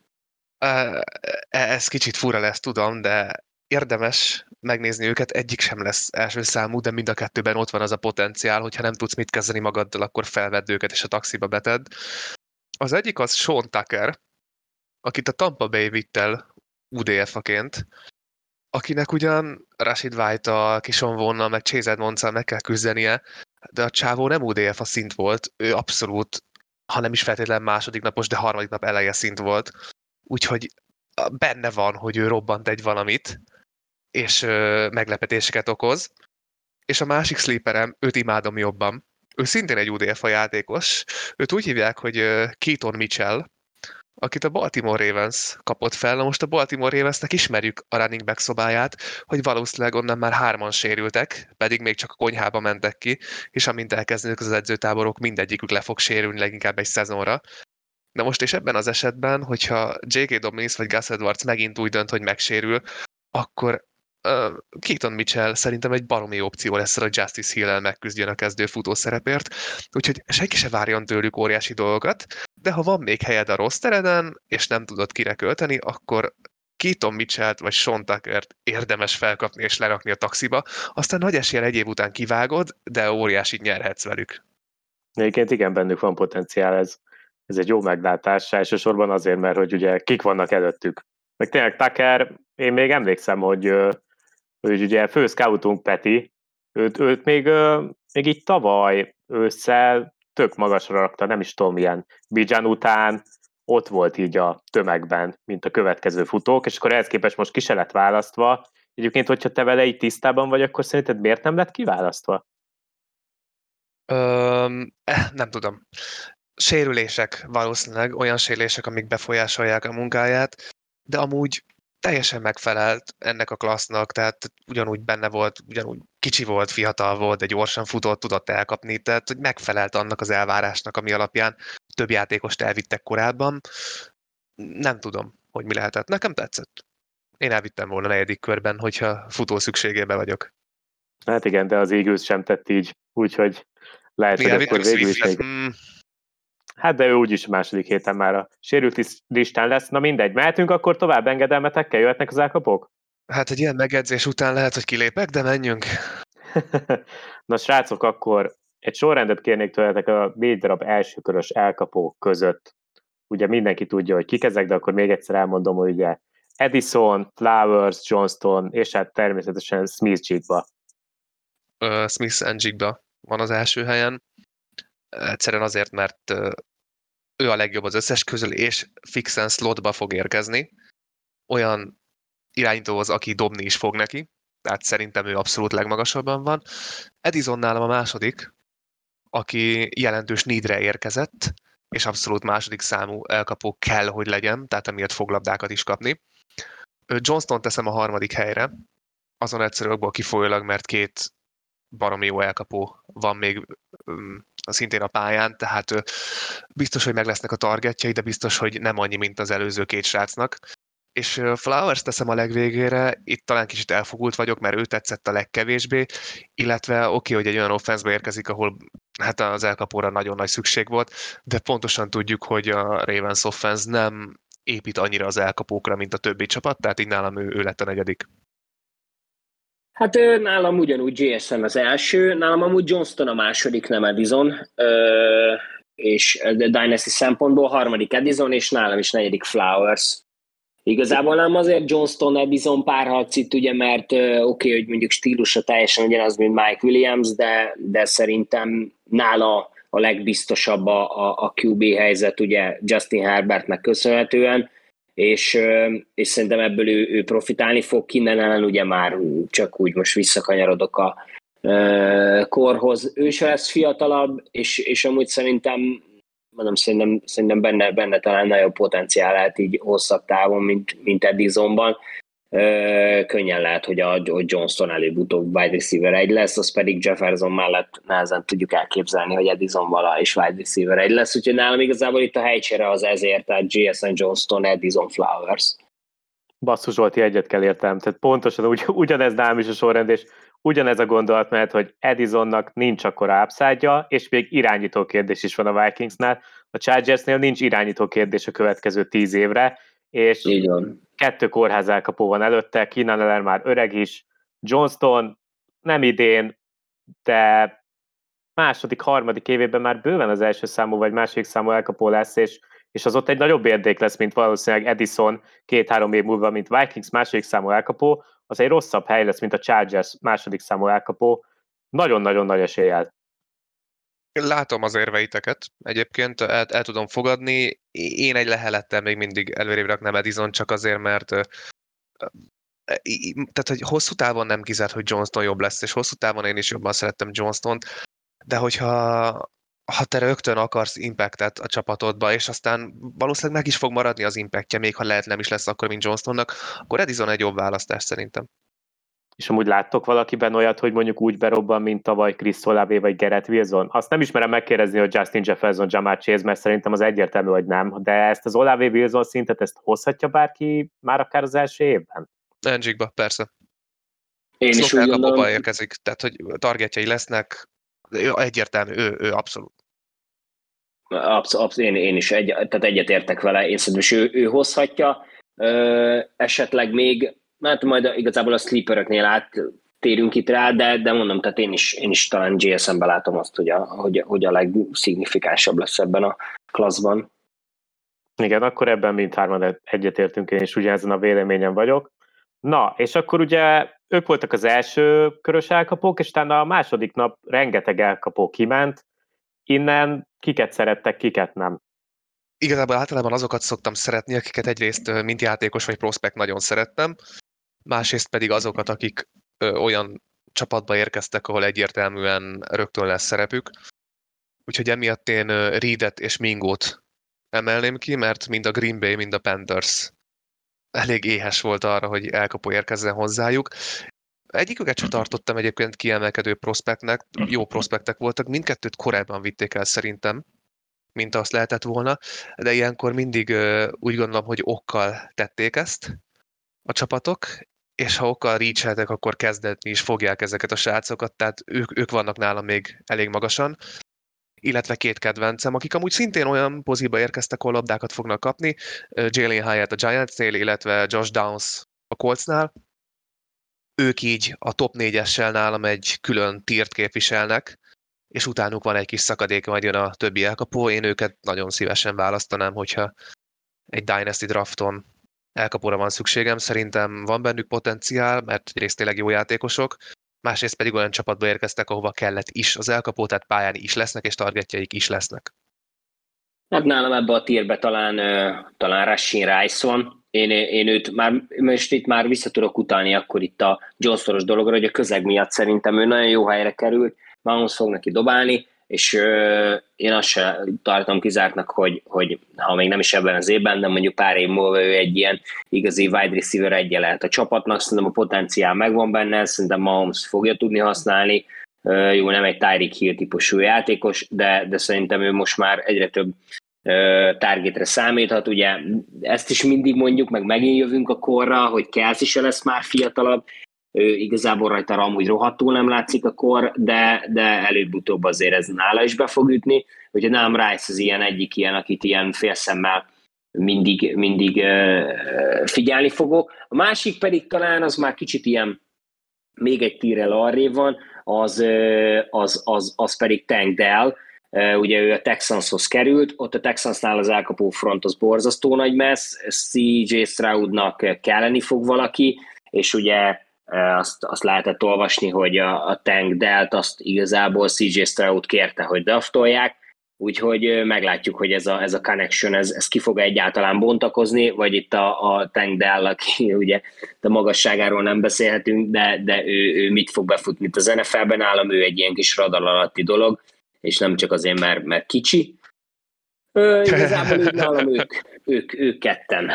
Ez kicsit fura lesz, tudom, de érdemes megnézni őket, egyik sem lesz első számú, de mind a kettőben ott van az a potenciál, hogyha nem tudsz mit kezdeni magaddal, akkor felvedd őket és a taxiba beted. Az egyik az Sean Tucker, akit a Tampa Bay vitt el u dé ef-aként, akinek ugyan Rashid White-tal, Kishon Vaughn-nal, meg Chase Edmonds-al meg kell küzdenie, de a csávó nem u dé ef a szint volt, ő abszolút, ha nem is feltétlen második napos, de harmadik nap eleje szint volt. Úgyhogy benne van, hogy ő robbant egy valamit, és ö, meglepetéseket okoz. És a másik sleeperem, őt imádom jobban. Ő szintén egy u dé ef a játékos. Őt úgy hívják, hogy ö, Keaton Mitchell, akit a Baltimore Ravens kapott fel. Na most a Baltimore Ravensnek ismerjük a running back szobáját, hogy valószínűleg onnan már hárman sérültek, pedig még csak a konyhába mentek ki, és amint elkezdenek az edzőtáborok, mindegyikük le fog sérülni leginkább egy szezonra. Na most és ebben az esetben, hogyha jé ká. Dobbins vagy Gus Edwards megint úgy dönt, hogy megsérül, akkor uh, Keaton Mitchell szerintem egy baromi opció lesz, hogy Justice Hill-el megküzdjön a kezdő futó szerepért, úgyhogy senki se várjon tőlük óriási dolgokat, de ha van még helyed a rostereden, és nem tudod kire költeni, akkor Keaton Mitchellt vagy Sean Tuckert érdemes felkapni és lerakni a taxiba, aztán nagy eséllyel egy év után kivágod, de óriásit nyerhetsz velük. Egyébként igen, bennük van potenciál, ez, ez egy jó meglátás, elsősorban azért, mert hogy ugye kik vannak előttük. Meg tényleg Tucker, én még emlékszem, hogy, hogy ugye fő scoutunk Peti, őt, őt még, még így tavaly ősszel tök magasra rakta, nem is tudom milyen, Bijan után ott volt így a tömegben, mint a következő futók, és akkor ehhez képest most ki se lett választva. Egyébként, hogyha te vele így tisztában vagy, akkor szerinted miért nem lett kiválasztva? Öm, nem tudom. Sérülések valószínűleg, olyan sérülések, amik befolyásolják a munkáját, de amúgy teljesen megfelelt ennek a klassznak, tehát ugyanúgy benne volt, ugyanúgy kicsi volt, fiatal volt, de gyorsan futott, tudott elkapni, tehát hogy megfelelt annak az elvárásnak, ami alapján több játékost elvittek korábban. Nem tudom, hogy mi lehetett. Nekem tetszett. Én elvittem volna a negyedik körben, hogyha futó szükségében vagyok. Hát igen, de az Eagles sem tett így, úgyhogy lehet, Mi hogy akkor végül is még... Mm. Hát de ő úgyis második héten már a sérült listán lesz. Na mindegy, mehetünk akkor tovább engedelmetekkel? Jöhetnek az elkapók? Hát egy ilyen megedzés után lehet, hogy kilépek, de menjünk. Na srácok, akkor egy sorrendet kérnék tőletek a négy darab elsőkörös elkapók között. Ugye mindenki tudja, hogy kik ezek, de akkor még egyszer elmondom, hogy ugye Edison, Flowers, Johnston, és hát természetesen Smith-Jigba. Uh, Smith and Jigba van az első helyen. Egyszerűen azért, mert uh, ő a legjobb az összes közül, és fixen slotba fog érkezni. Olyan irányítóhoz, aki dobni is fog neki, tehát szerintem ő abszolút legmagasabban van. Edison nálam a második, aki jelentős needre érkezett, és abszolút második számú elkapó kell, hogy legyen, tehát emiatt fog labdákat is kapni. Johnston teszem a harmadik helyre, azon egyszerűen kifolyólag, mert két baromi jó elkapó van még um, szintén a pályán, tehát uh, biztos, hogy meg lesznek a targetjai, de biztos, hogy nem annyi, mint az előző két srácnak. És uh, Flowers teszem a legvégére, itt talán kicsit elfogult vagyok, mert ő tetszett a legkevésbé, illetve oké, okay, hogy egy olyan offenszbe érkezik, ahol hát az elkapóra nagyon nagy szükség volt, de pontosan tudjuk, hogy a Ravens offense nem épít annyira az elkapókra, mint a többi csapat, tehát így nálam ő, ő lett a negyedik. Hát nálam ugyanúgy gé es em az első, nálam amúgy Johnston a második, nem Addison, és Dynasty szempontból harmadik Addison, és nálam is negyedik Flowers. Igazából nem azért Johnston-Addison párharc itt, ugye, mert oké, okay, hogy mondjuk stílusa teljesen ugyanaz, mint Mike Williams, de, de szerintem nála a legbiztosabb a, a, a kú bé helyzet, ugye Justin Herbertnek köszönhetően, és, és szerintem ebből ő, ő profitálni fog, Keenan ellen ugye már csak úgy most visszakanyarodok a uh, korhoz. Ő se lesz fiatalabb, és, és amúgy szerintem mondom, szerintem, szerintem benne, benne talán nagyobb potenciál lehet így hosszabb távon, mint, mint Addisonban. Uh, könnyen lehet, hogy a hogy Johnston előbb-utóbb wide receiver egy lesz, az pedig Jefferson mellett nehezen tudjuk elképzelni, hogy Addison vala is wide receiver egy lesz, úgyhogy nálam igazából itt a helycsere az ezért, tehát gé es em Johnston, Addison Flowers. Basszus Zsolti, egyet kell értem, tehát pontosan ugy, ugyanez nálam is a sorrend, és ugyanez a gondolat mehet, hogy Addisonnak nincs akkora upside-ja, és még irányító kérdés is van a Vikingsnál. A Chargersnél nincs irányító kérdés a következő tíz évre, és kettő kórház elkapó van előtte, Keenan Allen már öreg is, Johnston nem idén, de második, harmadik évében már bőven az első számú vagy második számú elkapó lesz, és, és az ott egy nagyobb érdék lesz, mint valószínűleg Addison két-három év múlva, mint Vikings második számú elkapó, az egy rosszabb hely lesz, mint a Chargers második számú elkapó. Nagyon-nagyon nagy eséllyel. Látom az érveiteket, egyébként el, el tudom fogadni. Én egy lehelettel még mindig előrébb raknám Addison, csak azért, mert tehát, hogy hosszú távon nem kizárt, hogy Johnston jobb lesz, és hosszú távon én is jobban szerettem Johnstont, de hogyha ha te rögtön akarsz impactet a csapatodba, és aztán valószínűleg meg is fog maradni az impactja, még ha lehet nem is lesz akkor, mint Johnstonnak, akkor Addison egy jobb választás szerintem. És amúgy láttok valakiben olyat, hogy mondjuk úgy berobban, mint tavaly Chris Olave vagy Garrett Wilson? Azt nem ismerem megkérdezni, hogy Justin Jefferson, Jamar Chase, mert szerintem az egyértelmű, hogy nem, de ezt az Olave Wilson szintet, ezt hozhatja bárki már akár az első évben? Enjikba, persze. Én is úgy gondolom. Érkezik, tehát hogy targetjai lesznek, egyértelmű, ő, ő abszolút. Absz- absz- én, én is egy, tehát egyetértek vele, én szerintem ő, ő hozhatja, ö, esetleg még, hát majd igazából a sleeperöknél áttérünk itt rá, de, de mondom, tehát én is, én is talán gé es em-ben látom azt, hogy a, hogy, hogy a legszignifikánsabb lesz ebben a klasszban. Igen, akkor ebben mindhárman egyetértünk, én is ugyanezen a véleményen vagyok. Na, és akkor ugye ők voltak az első körös elkapók, és utána a második nap rengeteg elkapó kiment. Innen kiket szerettek, kiket nem? Igazából általában azokat szoktam szeretni, akiket egyrészt mint játékos vagy prospekt nagyon szerettem, másrészt pedig azokat, akik ö, olyan csapatba érkeztek, ahol egyértelműen rögtön lesz szerepük. Úgyhogy emiatt én Reedet és Mingót emelném ki, mert mind a Green Bay, mind a Panthers elég éhes volt arra, hogy elkapó érkezzen hozzájuk. Egyiküket sem tartottam egyébként kiemelkedő prospektnek, jó prospektek voltak, mindkettőt korábban vitték el szerintem, mint azt lehetett volna, de ilyenkor mindig uh, úgy gondolom, hogy okkal tették ezt a csapatok, és ha okkal reacheltek, akkor kezdetni is fogják ezeket a srácokat, tehát ők, ők vannak nálam még elég magasan, illetve két kedvencem, akik amúgy szintén olyan poziba érkeztek, ahol labdákat fognak kapni, Jalen Hyatt a Giantsnél, illetve Josh Downs a Coltsnál. Ők így a top négyessel nálam egy külön tírt képviselnek, és utánuk van egy kis szakadék, majd jön a többi elkapó. Én őket nagyon szívesen választanám, hogyha egy Dynasty drafton elkapóra van szükségem. Szerintem van bennük potenciál, mert egyrészt tényleg jó játékosok, másrészt pedig olyan csapatba érkeztek, ahova kellett is az elkapó, tehát pályán is lesznek, és targetjaik is lesznek. Hát nálam ebbe a tírbe talán, talán Rashin Rice van. Én, én őt már, most itt már vissza tudok utalni akkor itt a Johnstonos dologra, hogy a közeg miatt szerintem ő nagyon jó helyre került, Mahomes fog neki dobálni, és ö, én azt sem tartom kizártnak, hogy, hogy ha még nem is ebben az évben, de mondjuk pár év múlva ő egy ilyen igazi wide receiver egye lehet a csapatnak, szerintem a potenciál megvan benne, szerintem Mahomes fogja tudni használni, Jó, nem egy Tyreek Hill típusú játékos, de, de szerintem ő most már egyre több targetre számíthat. Ugye ezt is mindig mondjuk, meg megint jövünk a korra, hogy Kelsey se lesz már fiatalabb, ő igazából rajta amúgy rohadtul nem látszik a kor, de, de előbb-utóbb azért ez nála is be fog ütni. Ugye nálam Rice az ilyen egyik ilyen, akit ilyen félszemmel mindig, mindig uh, figyelni fogok. A másik pedig talán az már kicsit ilyen még egy tírrel arrébb van, az, az, az, az pedig Tank Dell, ugye ő a Texanshoz került, ott a Texansnál az elkapó front az borzasztó nagy messz, cé jé Stroudnak kelleni fog valaki, és ugye azt, azt lehetett olvasni, hogy a, a Tank Dellt azt igazából cé jé Stroud kérte, hogy draftolják, úgyhogy meglátjuk, hogy ez a, ez a connection, ez, ez ki fog egyáltalán bontakozni, vagy itt a, a Tank Dell, aki ugye a magasságáról nem beszélhetünk, de, de ő, ő mit fog befutni itt az en ef el-ben, nálam ő egy ilyen kis radar alatti dolog, és nem csak azért, mert, mert kicsi. Ö, igazából úgy nálam ők, ők, ők ketten.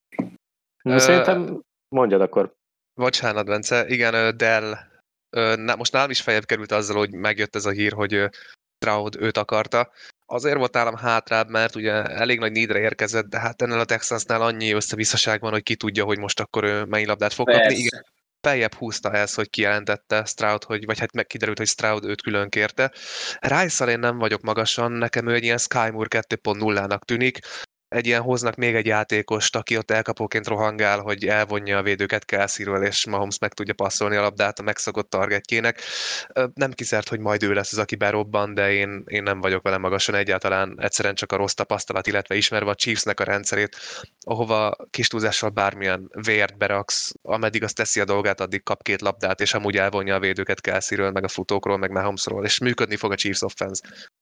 Szerintem mondjad akkor. Bocsánat, Bence, igen, Dell, most nálam is feljebb került azzal, hogy megjött ez a hír, hogy Stroud őt akarta. Azért volt nálam hátrább, mert ugye elég nagy needre érkezett, de hát ennél a Texansnál annyi összevisszaság van, hogy ki tudja, hogy most akkor ő mennyi labdát fog kapni. Igen, feljebb húzta ez, hogy kijelentette Stroud, hogy, vagy hát meg kiderült, hogy Stroud őt külön kérte. Rice-szal én nem vagyok magasan, nekem ő egy ilyen Sky Moore kettő pont nullának tűnik. Egy ilyen hoznak még egy játékost, aki ott elkapóként rohangál, hogy elvonja a védőket Kelseyről, és Mahomes meg tudja passzolni a labdát a megszokott targetjének. Nem kizárt, hogy majd ő lesz az, aki berobban, de én, én nem vagyok vele magasan egyáltalán, egyszerűen csak a rossz tapasztalat, illetve ismerve a Chiefsnek a rendszerét, ahova kis túlzással bármilyen vért beraksz, ameddig azt teszi a dolgát, addig kap két labdát, és amúgy elvonja a védőket Kelseyről, meg a futókról, meg Mahomesról, és működni fog a Chiefs offense.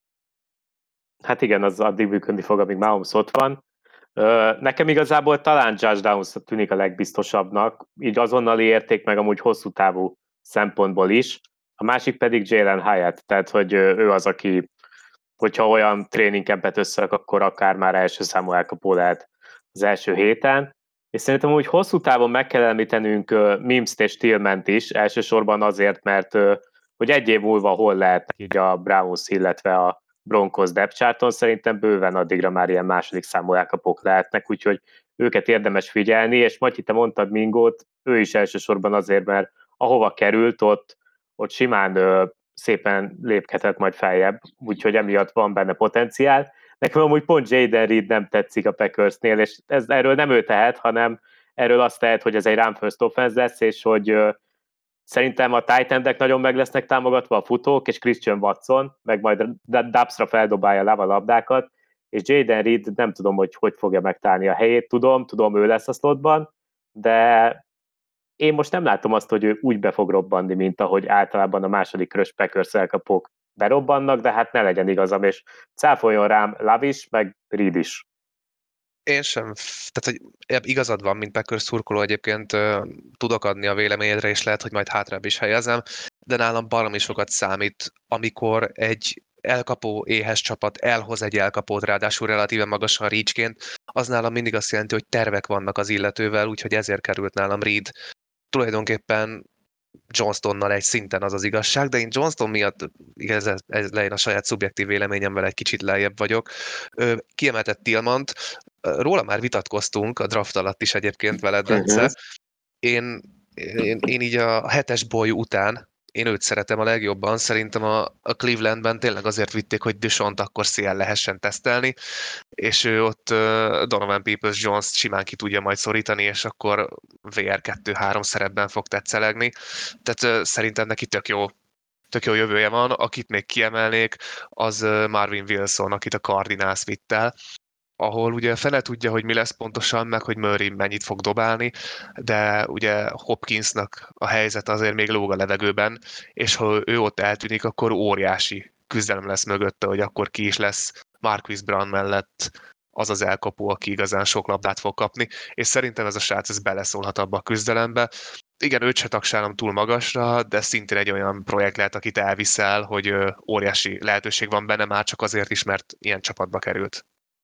Hát igen, az addig működni fog, amíg Mahomes ott van. Nekem igazából talán Josh Downs tűnik a legbiztosabbnak, így azonnali érték, meg amúgy hosszú távú szempontból is. A másik pedig Jalen Hyatt, tehát hogy ő az, aki, hogyha olyan tréningcampet összerak, akkor akár már első számú elkapó lehet az első héten. És szerintem úgy hosszú távon meg kell említenünk Mimst és Tillmant is, elsősorban azért, mert hogy egy év múlva hol lehet így a Browns, illetve a Broncos depth charton, szerintem bőven addigra már ilyen második számú elkapók lehetnek, úgyhogy őket érdemes figyelni, és Matyi, te mondtad Mingót, ő is elsősorban azért, mert ahova került, ott, ott simán ö, szépen lépkedhet majd feljebb, úgyhogy emiatt van benne potenciál. Nekem amúgy pont Jaden Reed nem tetszik a Packersnél, és ez, erről nem ő tehet, hanem erről azt tehet, hogy ez egy run first offense lesz, és hogy ö, szerintem a tight endek nagyon meg lesznek támogatva, a futók, és Christian Watson, meg majd Dubsra feldobálja le a labdákat, és Jaden Reed nem tudom, hogy hogy fogja megtalálni a helyét, tudom, tudom, ő lesz a slotban, de én most nem látom azt, hogy ő úgy be fog robbanni, mint ahogy általában a második körös Packers elkapók berobbannak, de hát ne legyen igazam, és cáfoljon rám Love is, meg Reed is. Én sem, tehát hogy igazad van, mint Packers szurkoló egyébként uh, tudok adni a véleményedre, és lehet, hogy majd hátrább is helyezem, de nálam baromi sokat számít, amikor egy elkapó éhes csapat elhoz egy elkapót, ráadásul relatíve magasan reachként, az nálam mindig azt jelenti, hogy tervek vannak az illetővel, úgyhogy ezért került nálam Reed. Tulajdonképpen Johnstonnal egy szinten az az igazság, de én Johnston miatt, ez, ez legyen a saját szubjektív véleményemvel egy kicsit lejjebb vagyok, kiemeltett Tillmant, róla már vitatkoztunk a draft alatt is egyébként veled, Bence. Uh-huh. Én, én, én így a hetes boly után, én őt szeretem a legjobban, szerintem a, a Clevelandben tényleg azért vitték, hogy Deshaun-t akkor szél lehessen tesztelni, és ő ott uh, Donovan Peoples-Jones simán ki tudja majd szorítani, és akkor vé er kettő három szerepben fog tetszelegni. Tehát uh, szerintem neki tök jó, tök jó jövője van. Akit még kiemelnék, az uh, Marvin Wilson, akit a Cardinals vitt el, ahol ugye fele tudja, hogy mi lesz pontosan, meg hogy Murray mennyit fog dobálni, de ugye Hopkinsnak a helyzet azért még lóg a levegőben, és ha ő ott eltűnik, akkor óriási küzdelem lesz mögötte, hogy akkor ki is lesz Marquise Brown mellett az az elkapó, aki igazán sok labdát fog kapni, és szerintem ez a srác ez beleszólhat abba a küzdelembe. Igen, őt se tagsálom túl magasra, de szintén egy olyan projekt lehet, akit elviszel, hogy óriási lehetőség van benne, már csak azért is, mert ilyen csapatba került.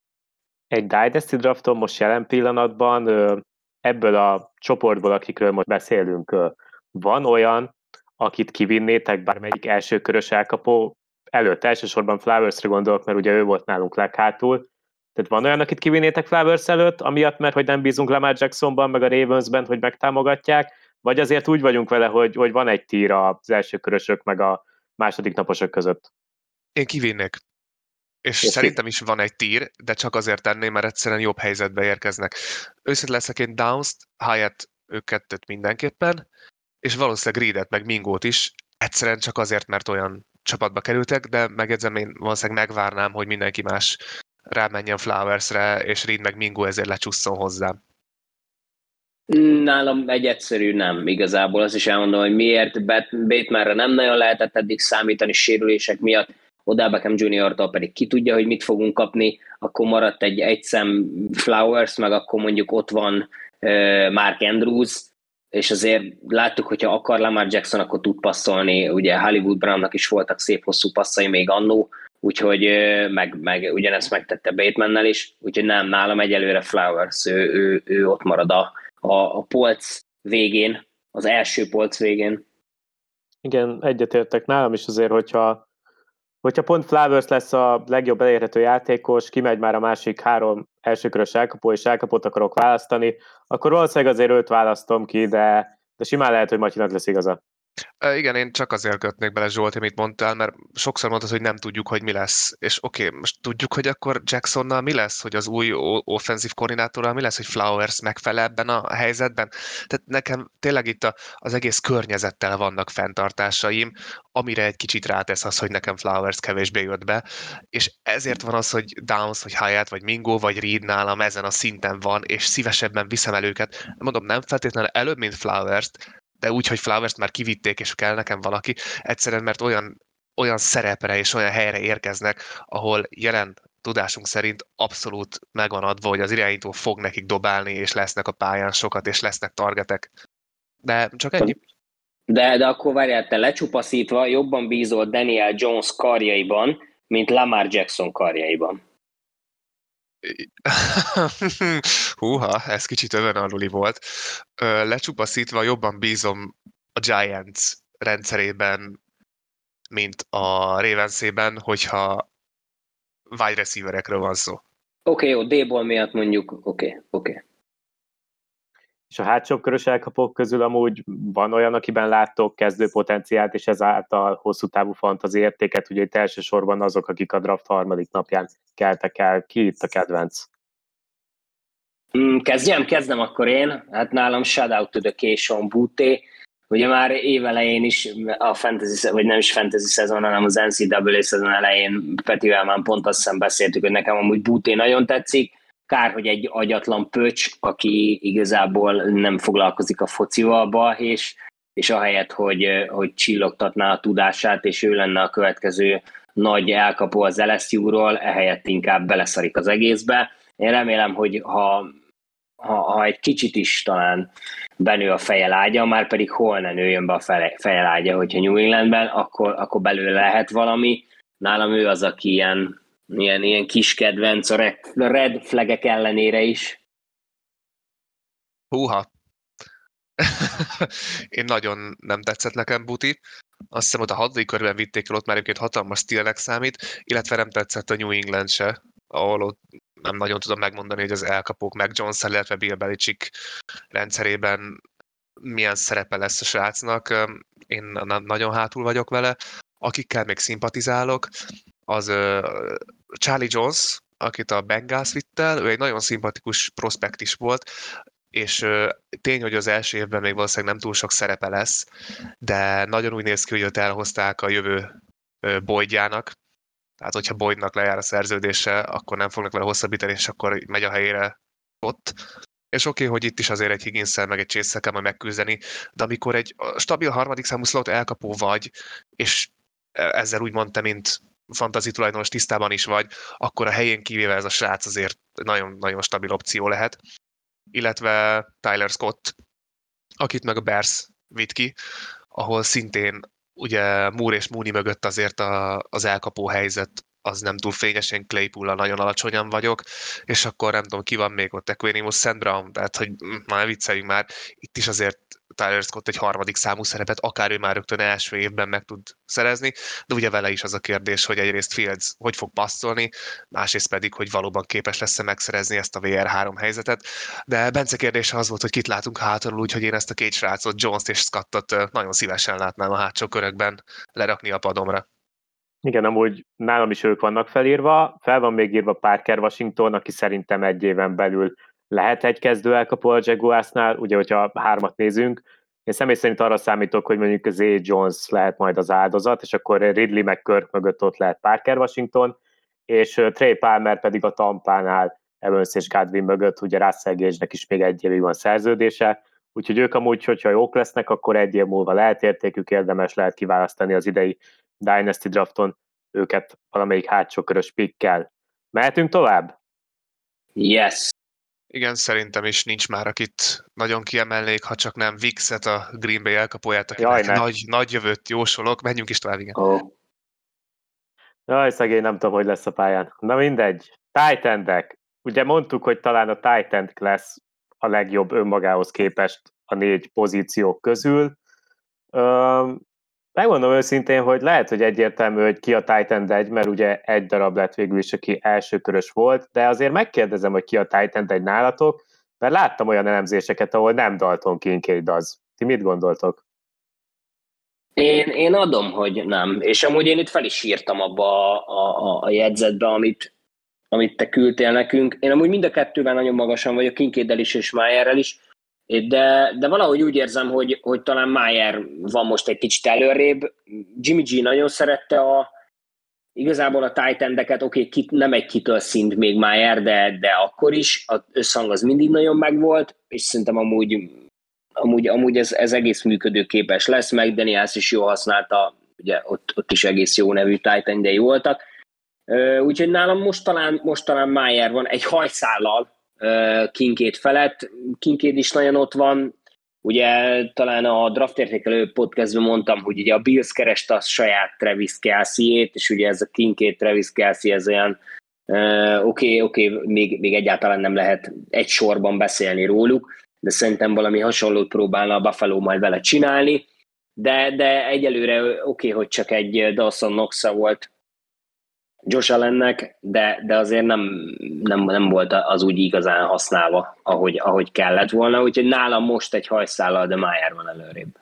Egy Dynasty drafton most jelen pillanatban ebből a csoportból, akikről most beszélünk, van olyan, akit kivinnétek bármelyik elsőkörös elkapó előtt? Elsősorban Flowersre gondolok, mert ugye ő volt nálunk leghátul. Tehát van olyan, akit kivinnétek Flowers előtt, amiatt, mert hogy nem bízunk Lamar Jacksonban, meg a Ravensben, hogy megtámogatják, vagy azért úgy vagyunk vele, hogy, hogy van egy tír az elsőkörösök meg a második naposok között? Én kivinnék. És És szerintem is van egy tír, de csak azért tenném, mert egyszerűen jobb helyzetbe érkeznek. Őszintén leszek én Downs-t, Hyatt, ők kettőt mindenképpen, és valószínűleg Reedet, meg Mingót is, egyszerűen csak azért, mert olyan csapatba kerültek, de megjegyzem, én valószínűleg megvárnám, hogy mindenki más rámenjen Flowersre, és Reed meg Mingo ezért lecsusszon hozzám. Nálam egy egyszerű nem igazából, azt is elmondom, hogy miért Batemanre nem nagyon lehetett eddig számítani sérülések miatt, Odell Beckham juniortól pedig ki tudja, hogy mit fogunk kapni, akkor maradt egy egyszem Flowers, meg akkor mondjuk ott van uh, Mark Andrews, és azért láttuk, hogyha akar Lamar Jackson, akkor tud passzolni, ugye Hollywood Brownnak is voltak szép hosszú passzai még annó, úgyhogy uh, meg, meg ugyanezt megtette Batemannel is, úgyhogy nem, nálam egyelőre Flowers, ő, ő, ő ott marad a, a, a polc végén, az első polc végén. Igen, egyetértek nálam is azért, hogyha Hogyha pont Flowers lesz a legjobb elérhető játékos, kimegy már a másik három elsőkörös elkapó, és elkapót akarok választani, akkor valószínűleg azért őt választom ki, de, de simán lehet, hogy Matyinak lesz igaza. Uh, igen, én csak azért kötnék bele, Zsolt, amit mondtál, mert sokszor mondtad, hogy nem tudjuk, hogy mi lesz. És oké, okay, most tudjuk, hogy akkor Jacksonnal mi lesz, hogy az új offenzív koordinátorral mi lesz, hogy Flowers megfelel ebben a helyzetben. Tehát nekem tényleg itt a, az egész környezettel vannak fenntartásaim, amire egy kicsit rátesz az, hogy nekem Flowers kevésbé jött be, és ezért van az, hogy Downs, vagy Hyatt, vagy Mingo, vagy Reed nálam ezen a szinten van, és szívesebben viszem el őket. Mondom, nem feltétlenül előbb, mint Flowers-t, de úgy, hogy Flowers-t már kivitték, és kell nekem valaki, egyszerűen, mert olyan, olyan szerepre és olyan helyre érkeznek, ahol jelen tudásunk szerint abszolút megvan adva, hogy az irányító fog nekik dobálni, és lesznek a pályán sokat, és lesznek targetek. De csak ennyi. De, de akkor várjál, te lecsupaszítva jobban bízol Daniel Jones karjaiban, mint Lamar Jackson karjaiban. Húha, ez kicsit övönaluli volt. Lecsupaszítva jobban bízom a Giants rendszerében, mint a Ravensében, hogyha wide receiverekről van szó. Oké, okay, jó, D-ból miatt mondjuk, oké, okay, oké. Okay. És a hátsó körös elkapók közül amúgy van olyan, akiben láttok kezdő potenciált, és ezáltal hosszú távú fantasy értéket, ugye itt elsősorban azok, akik a draft harmadik napján keltek el. Ki itt a kedvenc? Mm, kezdjem, kezdem akkor én. Hát nálam shout out to the Kayshon Boutte. Ugye már évelején is a fantasy, vagy nem is fantasy szezon, hanem az en cé á á szezon elején Petivel már pont azt hiszem beszéltük, hogy nekem amúgy Boutte nagyon tetszik. Kár, hogy egy agyatlan pöcs, aki igazából nem foglalkozik a focival, és, és ahelyett, hogy, hogy csillogtatná a tudását, és ő lenne a következő nagy elkapó az el es u-ról, ehelyett inkább beleszarik az egészbe. Én remélem, hogy ha, ha, ha egy kicsit is talán benő a fejelágya, már pedig hol ne nőjön be a fejelágya, hogyha New Englandben, akkor, akkor belőle lehet valami. Nálam ő az, aki ilyen Ilyen, ilyen kis kedvenc a red, red flagek ellenére is. Húha! Én nagyon nem tetszett nekem Buti. Azt hiszem, hogy a hatodik körben vitték el, ott már egyébként hatalmas stílnek számít, illetve nem tetszett a New England se, ahol ott nem nagyon tudom megmondani, hogy az elkapók meg Jones, illetve Bill Belichick rendszerében milyen szerepe lesz a srácnak. Én nagyon hátul vagyok vele. Akikkel még szimpatizálok, az uh, Charlie Jones, akit a Bengals vitt el, ő egy nagyon szimpatikus prospekt is volt, és uh, tény, hogy az első évben még valószínűleg nem túl sok szerepe lesz, de nagyon úgy néz ki, hogy őt elhozták a jövő uh, Boydjának, tehát hogyha Boydnak lejár a szerződése, akkor nem fognak vele hosszabbítani, és akkor megy a helyére ott. És oké, okay, hogy itt is azért egy Higginszel meg egy Chase-szel kell majd megküzdeni, de amikor egy stabil harmadik számú slot elkapó vagy, és ezzel úgy mondta, mint fantasy tulajdonos tisztában is vagy, akkor a helyén kivéve ez a srác azért nagyon-nagyon stabil opció lehet. Illetve Tyler Scott, akit meg a Bears vitt ki, ahol szintén ugye Moore és Mooney mögött azért a, az elkapó helyzet az nem túl fényes, én Claypool-al nagyon alacsonyan vagyok, és akkor nem tudom, ki van még ott, Equanimus, Saint Brown, tehát hogy már vicceljünk már, itt is azért Tyler Scott egy harmadik számú szerepet, akár ő már rögtön első évben meg tud szerezni, de ugye vele is az a kérdés, hogy egyrészt Fields hogy fog passzolni, másrészt pedig, hogy valóban képes lesz-e megszerezni ezt a vé er három helyzetet. De Bence kérdése az volt, hogy kit látunk hátul, úgyhogy én ezt a két srácot, Jones-t és Scottot nagyon szívesen látnám a hátsó körökben lerakni a padomra. Igen, amúgy nálam is ők vannak felírva, fel van még írva Parker Washington, aki szerintem egy éven belül lehet egy kezdő elkapó a Jaguarsnál, ugye, hogyha hármat nézünk. Én személy szerint arra számítok, hogy mondjuk Zay Jones lehet majd az áldozat, és akkor Ridley meg Kirk mögött ott lehet Parker Washington, és Trey Palmer pedig a Tampánál Evans és Godwin mögött, ugye Russell Gage-nek is még egy évig van szerződése, úgyhogy ők amúgy, hogyha jók lesznek, akkor egy év múlva lehet értékük, érdemes lehet kiválasztani az idei Dynasty drafton őket valamelyik hátsó körös pickkel. Mehetünk tovább? Yes. Igen, szerintem is nincs már, akit nagyon kiemelnék, ha csak nem Vixet, a Green Bay elkapóját, akinek nagy, nagy jövőt jósolok. Menjünk is tovább, igen. Oh. Jaj, szegény, nem tudom, hogy lesz a pályán. Na mindegy. Tight endek. Ugye mondtuk, hogy talán a tight end lesz a legjobb önmagához képest a négy pozíciók közül. Üm, megmondom őszintén, hogy lehet, hogy egyértelmű, hogy ki a tight end egy, mert ugye egy darab lett végül is, aki elsőkörös volt, de azért megkérdezem, hogy ki a tight end egy nálatok, mert láttam olyan elemzéseket, ahol nem Dalton Kincaid az. Ti mit gondoltok? Én, én adom, hogy nem. És amúgy én itt fel is írtam abba a, a, a jegyzetbe, amit, amit te küldtél nekünk. Én amúgy mind a kettőben nagyon magasan vagyok, Kincaiddel is és Mayerrel is, de, de valahogy úgy érzem, hogy, hogy talán Mayer van most egy kicsit előrébb. Jimmy G nagyon szerette a igazából a tight endeket, oké, okay, nem egy kitől szint még Mayer, de, de akkor is az összhang az mindig nagyon megvolt, és szerintem amúgy Amúgy, amúgy ez, ez egész működőképes lesz, meg Daniels is jól használta, ugye ott, ott is egész jó nevű tight endjei voltak. Úgyhogy nálam most talán, most talán Mayer van egy hajszállal Kincaid felett. Kincaid is nagyon ott van. Ugye talán a draft értékelő podcastben mondtam, hogy ugye a Bills kereste a saját Travis Kelce-jét, és ugye ez a Kincaid Travis Kelce, ez olyan oké, uh, oké, okay, okay, még, még egyáltalán nem lehet egy sorban beszélni róluk, de szerintem valami hasonlót próbálna a Buffalo majd vele csinálni, de, de egyelőre oké, okay, hogy csak egy Dawson Knox-a volt Josh Allennek, de, de azért nem, nem, nem volt az úgy igazán használva, ahogy, ahogy kellett volna, úgyhogy nálam most egy hajszállal, de Mayer van előrébb.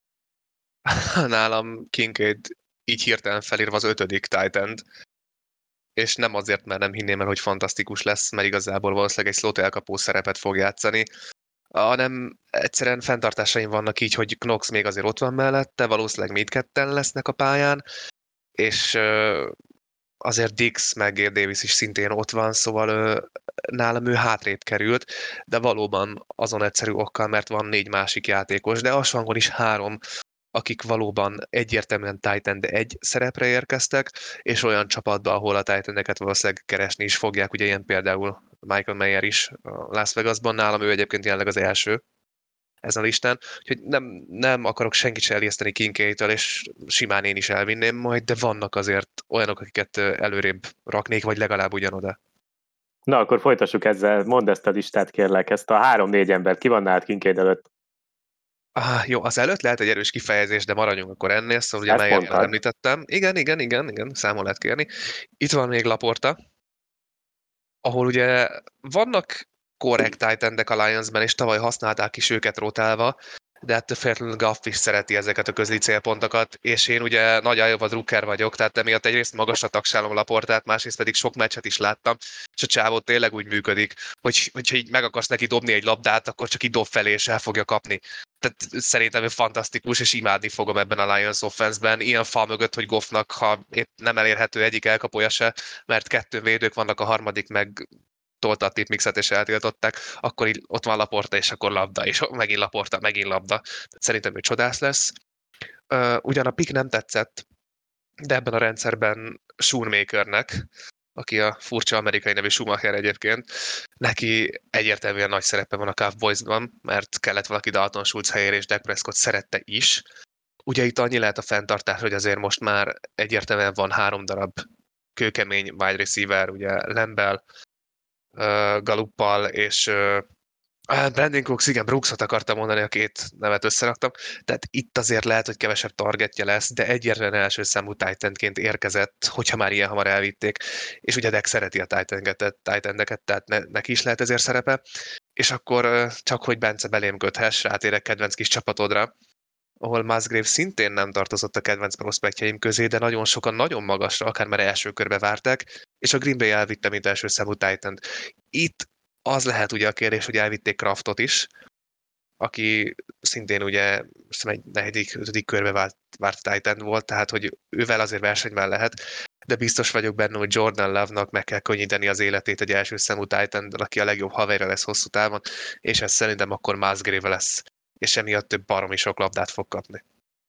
Nálam Kincaid így hirtelen felírva az ötödik tight end, és nem azért, mert nem hinném el, hogy fantasztikus lesz, mert igazából valószínűleg egy slot elkapó szerepet fog játszani, hanem egyszerűen fenntartásaim vannak így, hogy Knox még azért ott van mellette, valószínűleg mindketten lesznek a pályán, és azért Dix meg Davis is szintén ott van, szóval nálam ő hátrébb került, de valóban azon egyszerű okkal, mert van négy másik játékos, de a svangon is három, akik valóban egyértelműen tight end egy szerepre érkeztek, és olyan csapatba, ahol a tight endeket valószínűleg keresni is fogják, ugye ilyen például Michael Mayer is a Las Vegasban, nálam ő egyébként jelenleg az első ezen a listán, úgyhogy nem, nem akarok senkit se elijeszteni Kincaidtől, és simán én is elvinném majd, de vannak azért olyanok, akiket előrébb raknék, vagy legalább ugyanoda. Na, akkor folytassuk ezzel, mondd ezt a listát, kérlek, ezt a három-négy embert, ki van nálad Kincaid előtt? Ah, jó, az előtt lehet egy erős kifejezés, de maradjunk akkor ennél, szóval ugye Mayert már említettem. Igen, igen, igen, igen, számon lehet kérni. Itt van még Laporta, ahol ugye vannak korrekt tight endek a Lionsben, és tavaly használták is őket rotálva, de ettől feltétlenül Goff is szereti ezeket a közeli célpontokat, és én ugye nagy Iowa drukker vagyok, tehát emiatt egyrészt magasra tagsálom Laportát, másrészt pedig sok meccset is láttam, és a csávó tényleg úgy működik, hogy, hogyha így meg akarsz neki dobni egy labdát, akkor csak így dob felé, és el fogja kapni. Tehát szerintem fantasztikus, és imádni fogom ebben a Lions offense-ben. Ilyen fal mögött, hogy Goffnak, ha épp nem elérhető egyik elkapója se, mert kettő védők vannak, a harmadik meg tolta a tipmixet és eltiltották, akkor így ott van Laporta, és akkor labda, és megint Laporta, megint labda. Szerintem ő csodász lesz. Ugyan a pick nem tetszett, de ebben a rendszerben Shoemakernek, aki a furcsa amerikai nevű Schumacher egyébként, neki egyértelműen nagy szerepe van a Cowboysban, mert kellett valaki Dalton Schultz helyére, és Dak Prescott szerette is. Ugye itt annyi lehet a fenntartás, hogy azért most már egyértelműen van három darab kőkemény wide receiver, ugye Lambell, uh, Galluppal és uh, Brandon Cooks, igen, Brooksot akartam mondani, a két nevet összeraktam. Tehát itt azért lehet, hogy kevesebb targetje lesz, de egyértelműen első számú Titanként érkezett, hogyha már ilyen hamar elvitték. És ugye Deck szereti a Titaneket, tehát ne, neki is lehet ezért szerepe. És akkor csak, hogy Bence belém köthess, rátérek kedvenc kis csapatodra, ahol Musgrave szintén nem tartozott a kedvenc prospektjeim közé, de nagyon sokan nagyon magasra, akár már első körbe várták, és a Green Bay elvitte, mint első számú Titant. Itt az lehet ugye a kérdés, hogy elvitték Kraftot is, aki szintén ugye egy negyedik, ötödik körbe várt, várt Titan volt, tehát hogy ővel azért versenyben lehet, de biztos vagyok benne, hogy Jordan Love-nak meg kell könnyíteni az életét egy első számú Titan, aki a legjobb haverja lesz hosszú távon, és ez szerintem akkor Musgrave lesz, és emiatt több baromi sok labdát fog kapni.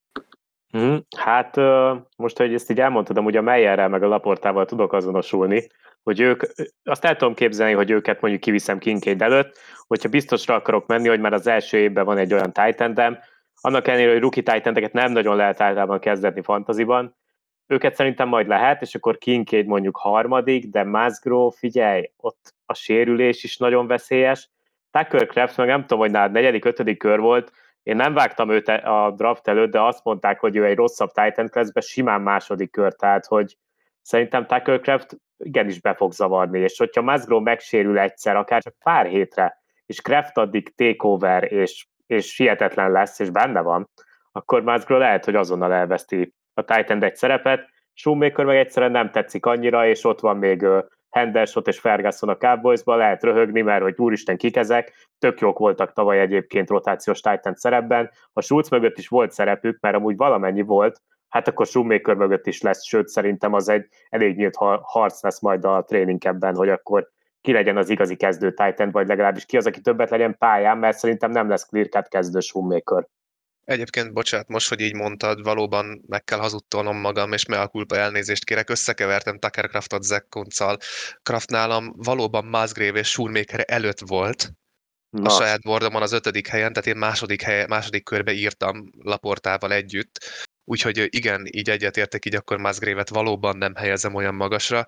Hmm, hát most, hogy ezt így elmondtad, hogy a Meyerrel meg a Laportával tudok azonosulni, hogy ők, azt el tudom képzelni, hogy őket mondjuk kiviszem Kincaid előtt, hogyha biztosra akarok menni, hogy már az első évben van egy olyan Titan-dem, annak ellenére, hogy rookie Titan-eket nem nagyon lehet általában kezdetni fantaziban, őket szerintem majd lehet, és akkor Kincaid mondjuk harmadik, de Musgrove, figyelj, ott a sérülés is nagyon veszélyes. Tucker Kraft meg nem tudom, hogy nálad negyedik, ötödik kör volt, én nem vágtam őt a draft előtt, de azt mondták, hogy ő egy rosszabb Titan class-be simán második kör, tehát hogy szerintem Tucker Kraft igenis be fog zavarni, és hogyha Musgrove megsérül egyszer, akár csak pár hétre, és Kraft addig takeover, és, és hihetetlen lesz, és benne van, akkor Musgrove lehet, hogy azonnal elveszti a Titan egy szerepet, Shoemaker meg egyszerűen nem tetszik annyira, és ott van még Henderson és Ferguson a Cowboysban, lehet röhögni, mert hogy úristen kik ezek, tök jók voltak tavaly egyébként rotációs Titan szerepben, a Schultz mögött is volt szerepük, mert amúgy valamennyi volt, hát akkor Shoemaker mögött is lesz, sőt szerintem az egy elég nyílt harc lesz majd a training campben, hogy akkor ki legyen az igazi kezdő Titan, vagy legalábbis ki az, aki többet legyen pályán, mert szerintem nem lesz clear cut kezdő Shoemaker. Egyébként, bocsánat, most, hogy így mondtad, valóban meg kell hazudtolnom magam, és mea culpa elnézést kérek, összekevertem Tucker Kraftot Zach Kuntzal. Kraft nálam valóban Musgrave és Shoemaker előtt volt, Na. a saját boardamon az ötödik helyen, tehát én második, hely, második körbe írtam Laportával együtt, úgyhogy igen, így egyetértek, így akkor Musgrave-et valóban nem helyezem olyan magasra,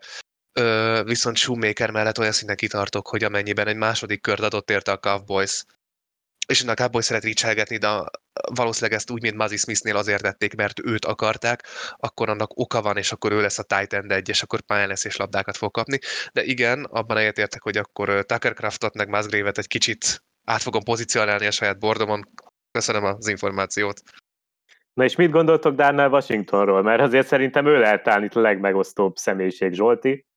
Ö, viszont Shoemaker mellett olyan szinten kitartok, hogy amennyiben egy második kört adott érte a Cowboys, és a Cowboys szeret ricselgetni, de valószínűleg ezt úgy, mint Muzzy Smithnél azért tették, mert őt akarták, akkor annak oka van, és akkor ő lesz a tight end egy, és akkor pályán lesz, és labdákat fog kapni. De igen, abban egyetértek, hogy akkor Tucker Kraftot, meg Musgrave-et egy kicsit át fogom pozícionálni a saját bordomon. Köszönöm az információt. Na és mit gondoltok Darnell Washingtonról? Mert azért szerintem ő lehet talán itt a legmegosztóbb személyiség, Zsolti.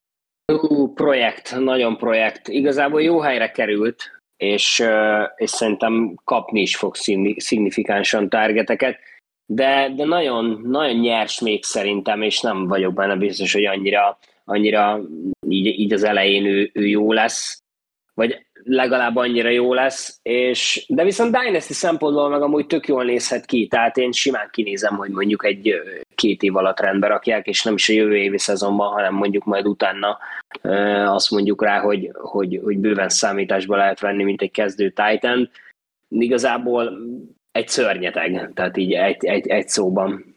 Ú, projekt, nagyon projekt. Igazából jó helyre került, és, és szerintem kapni is fog szignifikánsan targeteket, de, de nagyon, nagyon nyers még szerintem, és nem vagyok benne biztos, hogy annyira, annyira így, így az elején ő, ő jó lesz, vagy legalább annyira jó lesz, és, de viszont Dynasty szempontból meg amúgy tök jól nézhet ki, tehát én simán kinézem, hogy mondjuk egy két év alatt rendbe rakják, és nem is a jövő évi szezonban, hanem mondjuk majd utána azt mondjuk rá, hogy, hogy, hogy bőven számításba lehet venni, mint egy kezdő Titan. Igazából egy szörnyeteg, tehát így egy, egy, egy szóban.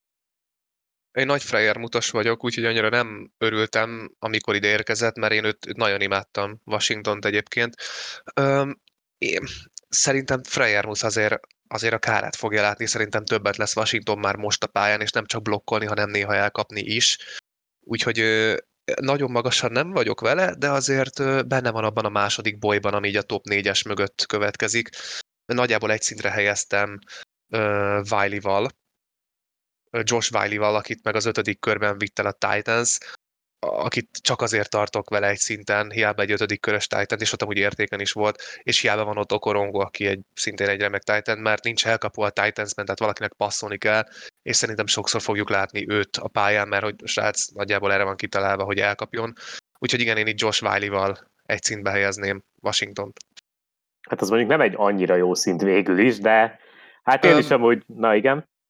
Én nagy Freyr mutas vagyok, úgyhogy annyira nem örültem, amikor ide érkezett, mert én őt nagyon imádtam, Washingtont egyébként. Öm, én, szerintem Freyr musz azért, azért a kárát fogja látni, szerintem többet lesz Washington már most a pályán, és nem csak blokkolni, hanem néha elkapni is. Úgyhogy nagyon magasan nem vagyok vele, de azért benne van abban a második bolyban, ami így a top négyes mögött következik. Nagyjából egy szintre helyeztem uh, Wiley-val, Josh Wiley-val, akit meg az ötödik körben vitt el a Titans, akit csak azért tartok vele egy szinten, hiába egy ötödik körös Titan, és ott amúgy értéken is volt, és hiába van ott Okorongo, aki egy, szintén egy remek Titan, mert nincs elkapó a Titansben, tehát valakinek passzolni kell, és szerintem sokszor fogjuk látni őt a pályán, mert hogy a srác nagyjából erre van kitalálva, hogy elkapjon. Úgyhogy igen, én itt Josh Wiley-val egy szintbe helyezném Washingtont. Hát az mondjuk nem egy annyira jó szint végül is, de hát én Öm, is amúgy, na igen.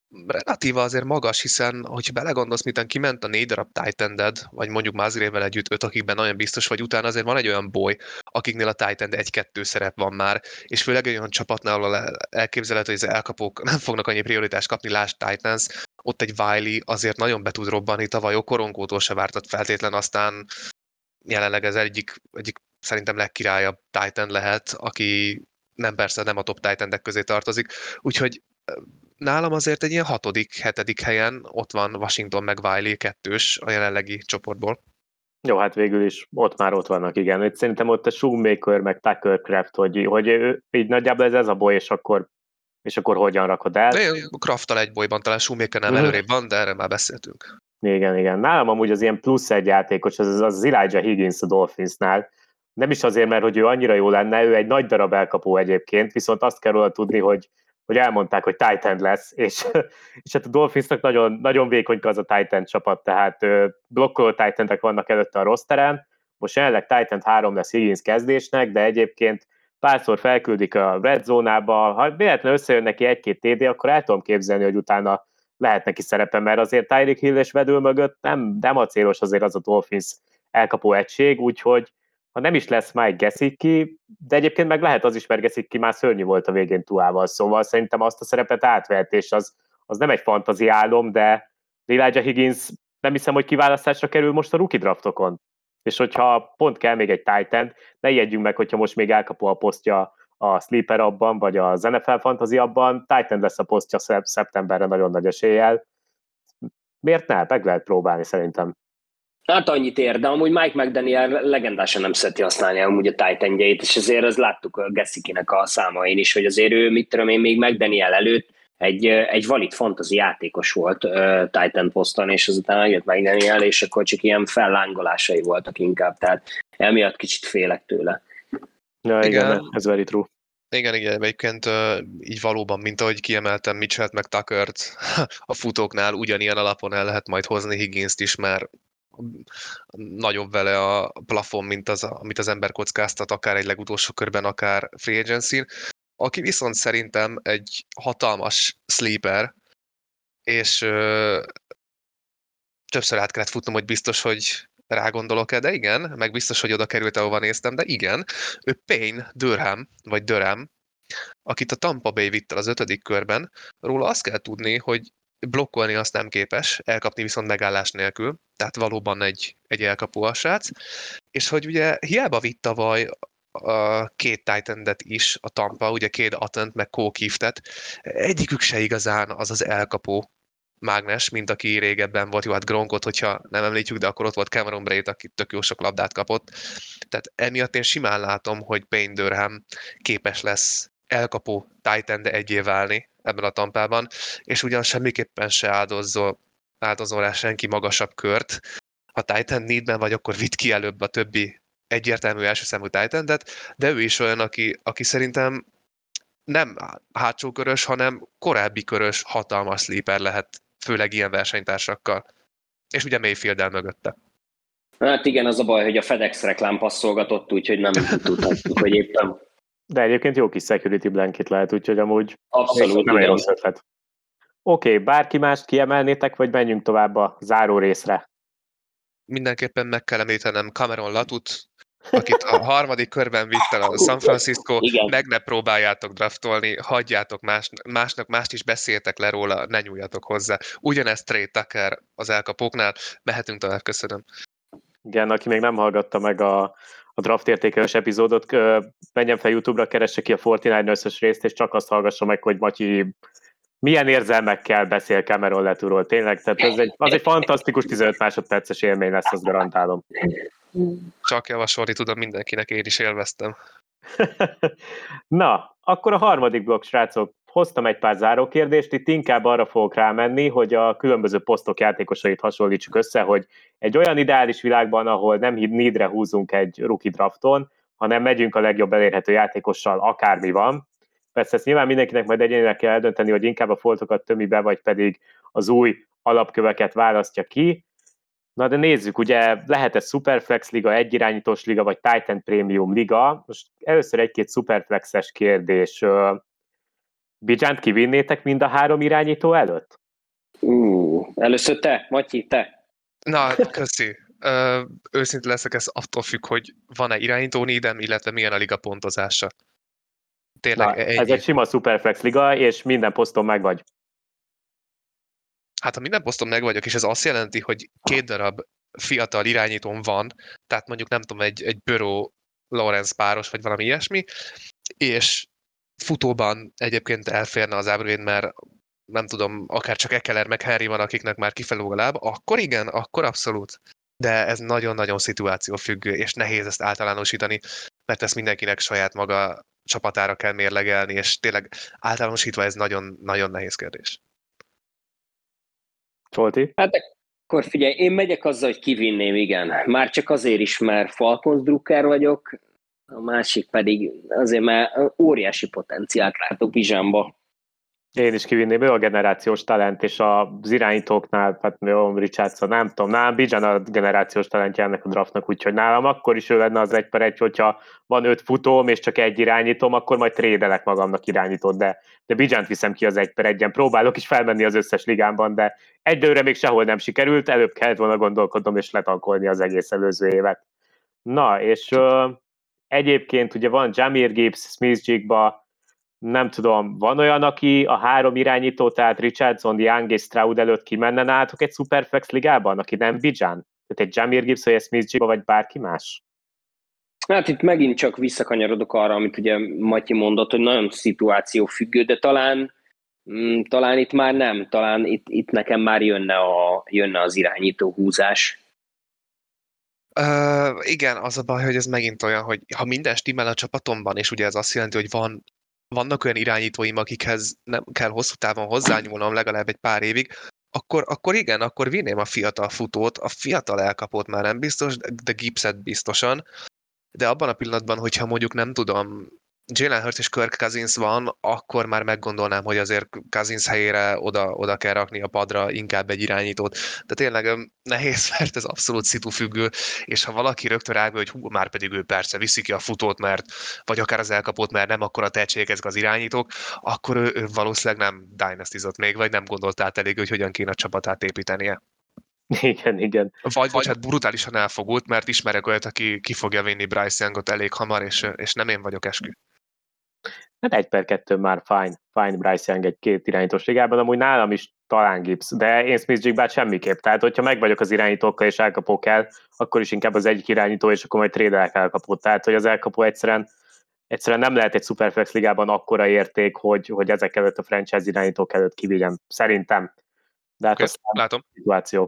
relatíva azért magas, hiszen, hogyha belegondolsz, miután kiment a négy darab tight vagy mondjuk Mazrével együtt öt, akikben nagyon biztos vagy, utána azért van egy olyan boly, akiknél a tight end egy-kettő szerep van már, és főleg egy olyan csapatnál, ahol elképzelhető, hogy az elkapók nem fognak annyi prioritást kapni, lásd Titans, ott egy Wiley azért nagyon be tud robbanni, tavaly Okoronkótól se vártat feltétlen, aztán jelenleg ez egyik, egyik szerintem legkirályabb tight end lehet, aki nem persze nem a top tight endek közé tartozik, úgyhogy nálam azért egy ilyen hatodik, hetedik helyen ott van Washington meg Wiley kettős a jelenlegi csoportból. Jó, hát végül is ott már ott vannak, igen. Itt szerintem ott a Shoemaker meg Tucker-Craft, hogy, hogy így nagyjából ez, ez a boly, és akkor, és akkor hogyan rakod el. De Krafttal egy bolyban, talán Shoemaker nem Mhm. előrébb van, de erre már beszéltünk. Igen, igen. Nálam amúgy az ilyen plusz egy játékos, az, az, az Elijah Higgins a Dolphinsnál. Nem is azért, mert hogy ő annyira jó lenne, ő egy nagy darab elkapó egyébként, viszont azt kell róla tudni, hogy, hogy elmondták, hogy tight end lesz, és, és hát a Dolphinsnak nagyon, nagyon vékonyka az a tight end csapat, tehát blokkoló tight endek vannak előtte a rosteren, most jelenleg tight end három lesz Higgins kezdésnek, de egyébként párszor felküldik a red zónába, ha véletlenül összejön neki egy-két té dé, akkor el tudom képzelni, hogy utána lehet neki szerepe, mert azért Tyreek Hill és Vedül mögött nem, nem a célos azért az a Dolphins elkapó egység, úgyhogy ha nem is lesz Mike Gesicki, de egyébként meg lehet az is, mert Gesicki már szörnyű volt a végén Tuával, szóval szerintem azt a szerepet átvehet, és az, az nem egy fantazi álom, de Elijah Higgins nem hiszem, hogy kiválasztásra kerül most a rookie draftokon. És hogyha pont kell még egy tight end, ne ijedjünk meg, hogyha most még elkapó a posztja a Sleeper abban, vagy az en ef el Fantasy abban, tight end lesz a posztja szeptemberre nagyon nagy eséllyel. Miért ne? Meg lehet próbálni szerintem. Hát annyit ér, de amúgy Mike McDaniel legendásan nem szereti használni amúgy a tight endjeit, és azért az láttuk a Gesickinek a számain is, hogy azért ő, mit tudom én, még McDaniel előtt egy, egy valid fantasy játékos volt uh, tight end poszton, és azután jött McDaniel, és akkor csak ilyen fellángolásai voltak inkább, tehát emiatt kicsit félek tőle. Ja, igen, igen, ez very true. Igen, igen, egyébként így valóban, mint ahogy kiemeltem Mitchell-t meg Tuckert, a futóknál ugyanilyen alapon el lehet majd hozni Higginst is, mert nagyobb vele a plafon, mint az, amit az ember kockáztat, akár egy legutolsó körben, akár free agency-n. Aki viszont szerintem egy hatalmas sleeper, és ö, többször át kellett futnom, hogy biztos, hogy rágondolok-e, de igen, meg biztos, hogy oda került, ahova néztem, de igen, ő Payne Durham, vagy Durham, akit a Tampa Bay vitt el az ötödik körben, róla azt kell tudni, hogy blokkolni azt nem képes, elkapni viszont megállás nélkül, tehát valóban egy, egy elkapó a srác, és hogy ugye hiába vitt tavaly a két tight endet is a Tampa, ugye két Atent, meg Cole Kiftet, egyikük se igazán az az elkapó mágnes, mint aki régebben volt. Jó, hát Gronkot, hogyha nem említjük, de akkor ott volt Cameron Braid, aki tök jó sok labdát kapott. Tehát emiatt én simán látom, hogy Payne Durham képes lesz elkapó tight end egyé válni ebben a Tampában, és ugyan semmiképpen se áldozol, áldozol rá senki magasabb kört. Ha tight end needben vagy, akkor vidd ki előbb a többi egyértelmű első számú tight endet, de ő is olyan, aki, aki szerintem nem hátsó körös, hanem korábbi körös hatalmas sleeper lehet, főleg ilyen versenytársakkal. És ugye Mayfield-el mögötte. Hát igen, az a baj, hogy a FedEx reklám passzolgatott, úgyhogy nem tudhatjuk, hogy éppen. De egyébként jó kis security blanket lehet, úgyhogy amúgy Abszolút, nem egy igen. rossz ötlet. Oké, okay, bárki mást kiemelnétek, vagy menjünk tovább a záró részre? Mindenképpen meg kell említenem Cameron Latut, akit a harmadik körben vitt el a San Francisco, Igen. meg ne próbáljátok draftolni, hagyjátok más, másnak, mást is beszéltek le róla, ne nyúljatok hozzá. Ugyanezt Trey Tucker az elkapóknál, mehetünk tovább, köszönöm. Igen, aki még nem hallgatta meg a, a draft értékelős epizódot, menjen fel YouTube-ra, keresse ki a negyvenkilences részt, és csak azt hallgassa meg, hogy Matyi milyen érzelmekkel beszél Cameron Laturól. Tényleg, tehát ez egy, az egy fantasztikus tizenöt másodperces élmény lesz, azt garantálom. Csak javasolni tudom mindenkinek, én is élveztem. Na, akkor a harmadik blokk, srácok. Hoztam egy pár zárókérdést, itt inkább arra fogok rámenni, hogy a különböző posztok játékosait hasonlítsuk össze, hogy egy olyan ideális világban, ahol nem needre húzunk egy rookie drafton, hanem megyünk a legjobb elérhető játékossal, akármi van. Persze ezt nyilván mindenkinek majd egyénileg kell eldönteni, hogy inkább a foltokat tömi be, vagy pedig az új alapköveket választja ki. Na de nézzük, ugye lehet ez Superflex liga, egyirányítós liga, vagy Titan Premium liga. Most először egy-két Superflexes kérdés. Bidzsánt kivinnétek mind a három irányító előtt? Uh, először te, Matyi, te. Na, köszi. Ö, őszinte leszek, ez attól függ, hogy van-e irányító needem, illetve milyen a liga pontozása. Tényleg Na, ennyi. ez egy sima Superflex liga, és minden poszton meg vagy. Hát ha minden poszton meg vagyok, és ez azt jelenti, hogy két darab fiatal irányítón van, tehát mondjuk nem tudom, egy, egy Burrow Lawrence páros, vagy valami ilyesmi, és futóban egyébként elférne az Abraham, mert nem tudom, akár csak Ekeler meg Henry van, akiknek már kifelúg a lába, akkor igen, akkor abszolút. De ez nagyon-nagyon szituációfüggő, és nehéz ezt általánosítani, mert ezt mindenkinek saját maga csapatára kell mérlegelni, és tényleg általánosítva ez nagyon-nagyon nehéz kérdés. Csolti? Hát akkor figyelj, én megyek azzal, hogy kivinném, igen. Már csak azért is, mert Falcons drukker vagyok, a másik pedig azért, mert óriási potenciált látok Bizsánba. Én is kivinném, ő a generációs talent, és az irányítóknál, hát jó, Richardson, nem tudom, nálam Bijan a generációs talentje ennek a draftnak, úgyhogy nálam akkor is ő lenne az egy per egy, hogyha van öt futóm, és csak egy irányítom, akkor majd trédelek magamnak irányítót, de, de Bijant viszem ki az egy per egyen. Próbálok is felmenni az összes ligámban, de egyelőre még sehol nem sikerült, előbb kellett volna gondolkodnom, és letankolni az egész előző évet. Na, és ö, egyébként ugye van Jahmyr Gibbs, Smith-Jigba, nem tudom, van olyan, aki a három irányító, tehát Richardson, Young és Stroud előtt kimenne nálatok egy Superflex ligában, aki nem Bijan? Tehát egy Jahmyr Gibbs, vagy egy Smith-Jigba, vagy bárki más? Hát itt megint csak visszakanyarodok arra, amit ugye Matyi mondott, hogy nagyon szituációfüggő, de talán, mm, talán itt már nem, talán itt, itt nekem már jönne, a, jönne az irányító húzás. Uh, igen, az a baj, hogy ez megint olyan, hogy ha minden stimmel a csapatomban, és ugye ez azt jelenti, hogy van, vannak olyan irányítóim, akikhez nem kell hosszú távon hozzányúlnom legalább egy pár évig, akkor, akkor igen, akkor vinném a fiatal futót, a fiatal elkapót már nem biztos, de Gibbset biztosan, de abban a pillanatban, hogyha mondjuk nem tudom, Jalen Hurts és Kirk Cousins van, akkor már meggondolnám, hogy azért Cousins helyére oda, oda kell rakni a padra inkább egy irányítót. De tényleg nehéz, mert ez abszolút szitufüggő, és ha valaki rögtön rágja, hogy hú, már pedig ő persze viszi ki a futót, mert, vagy akár az elkapót, mert nem akkora tehetségek ezek az irányítók, akkor ő, ő valószínűleg nem dynastizott még, vagy nem gondolt át elég, hogy hogyan kéne a csapatát építenie. Igen, igen. Vagy, vagy hát brutálisan elfogult, mert ismerek olyat, aki ki fogja vinni Bryce Youngot elég hamar, és, és nem én vagyok, eskü. Hát egy per kettő már fine, fine Bryce Young egy két irányítós ligában, amúgy nálam is talán Gibbs, de én Smith-Jigbát semmiképp. Tehát, hogyha meg vagyok az irányítókkal és elkapó kell, akkor is inkább az egyik irányító, és akkor majd trédelek elkapót. Tehát, hogy az elkapó egyszerűen, egyszerűen nem lehet egy Superflex ligában akkora érték, hogy, hogy ezek előtt a franchise irányítók előtt kivigyen. Szerintem. De hát Okay, aztán látom. Szituáció.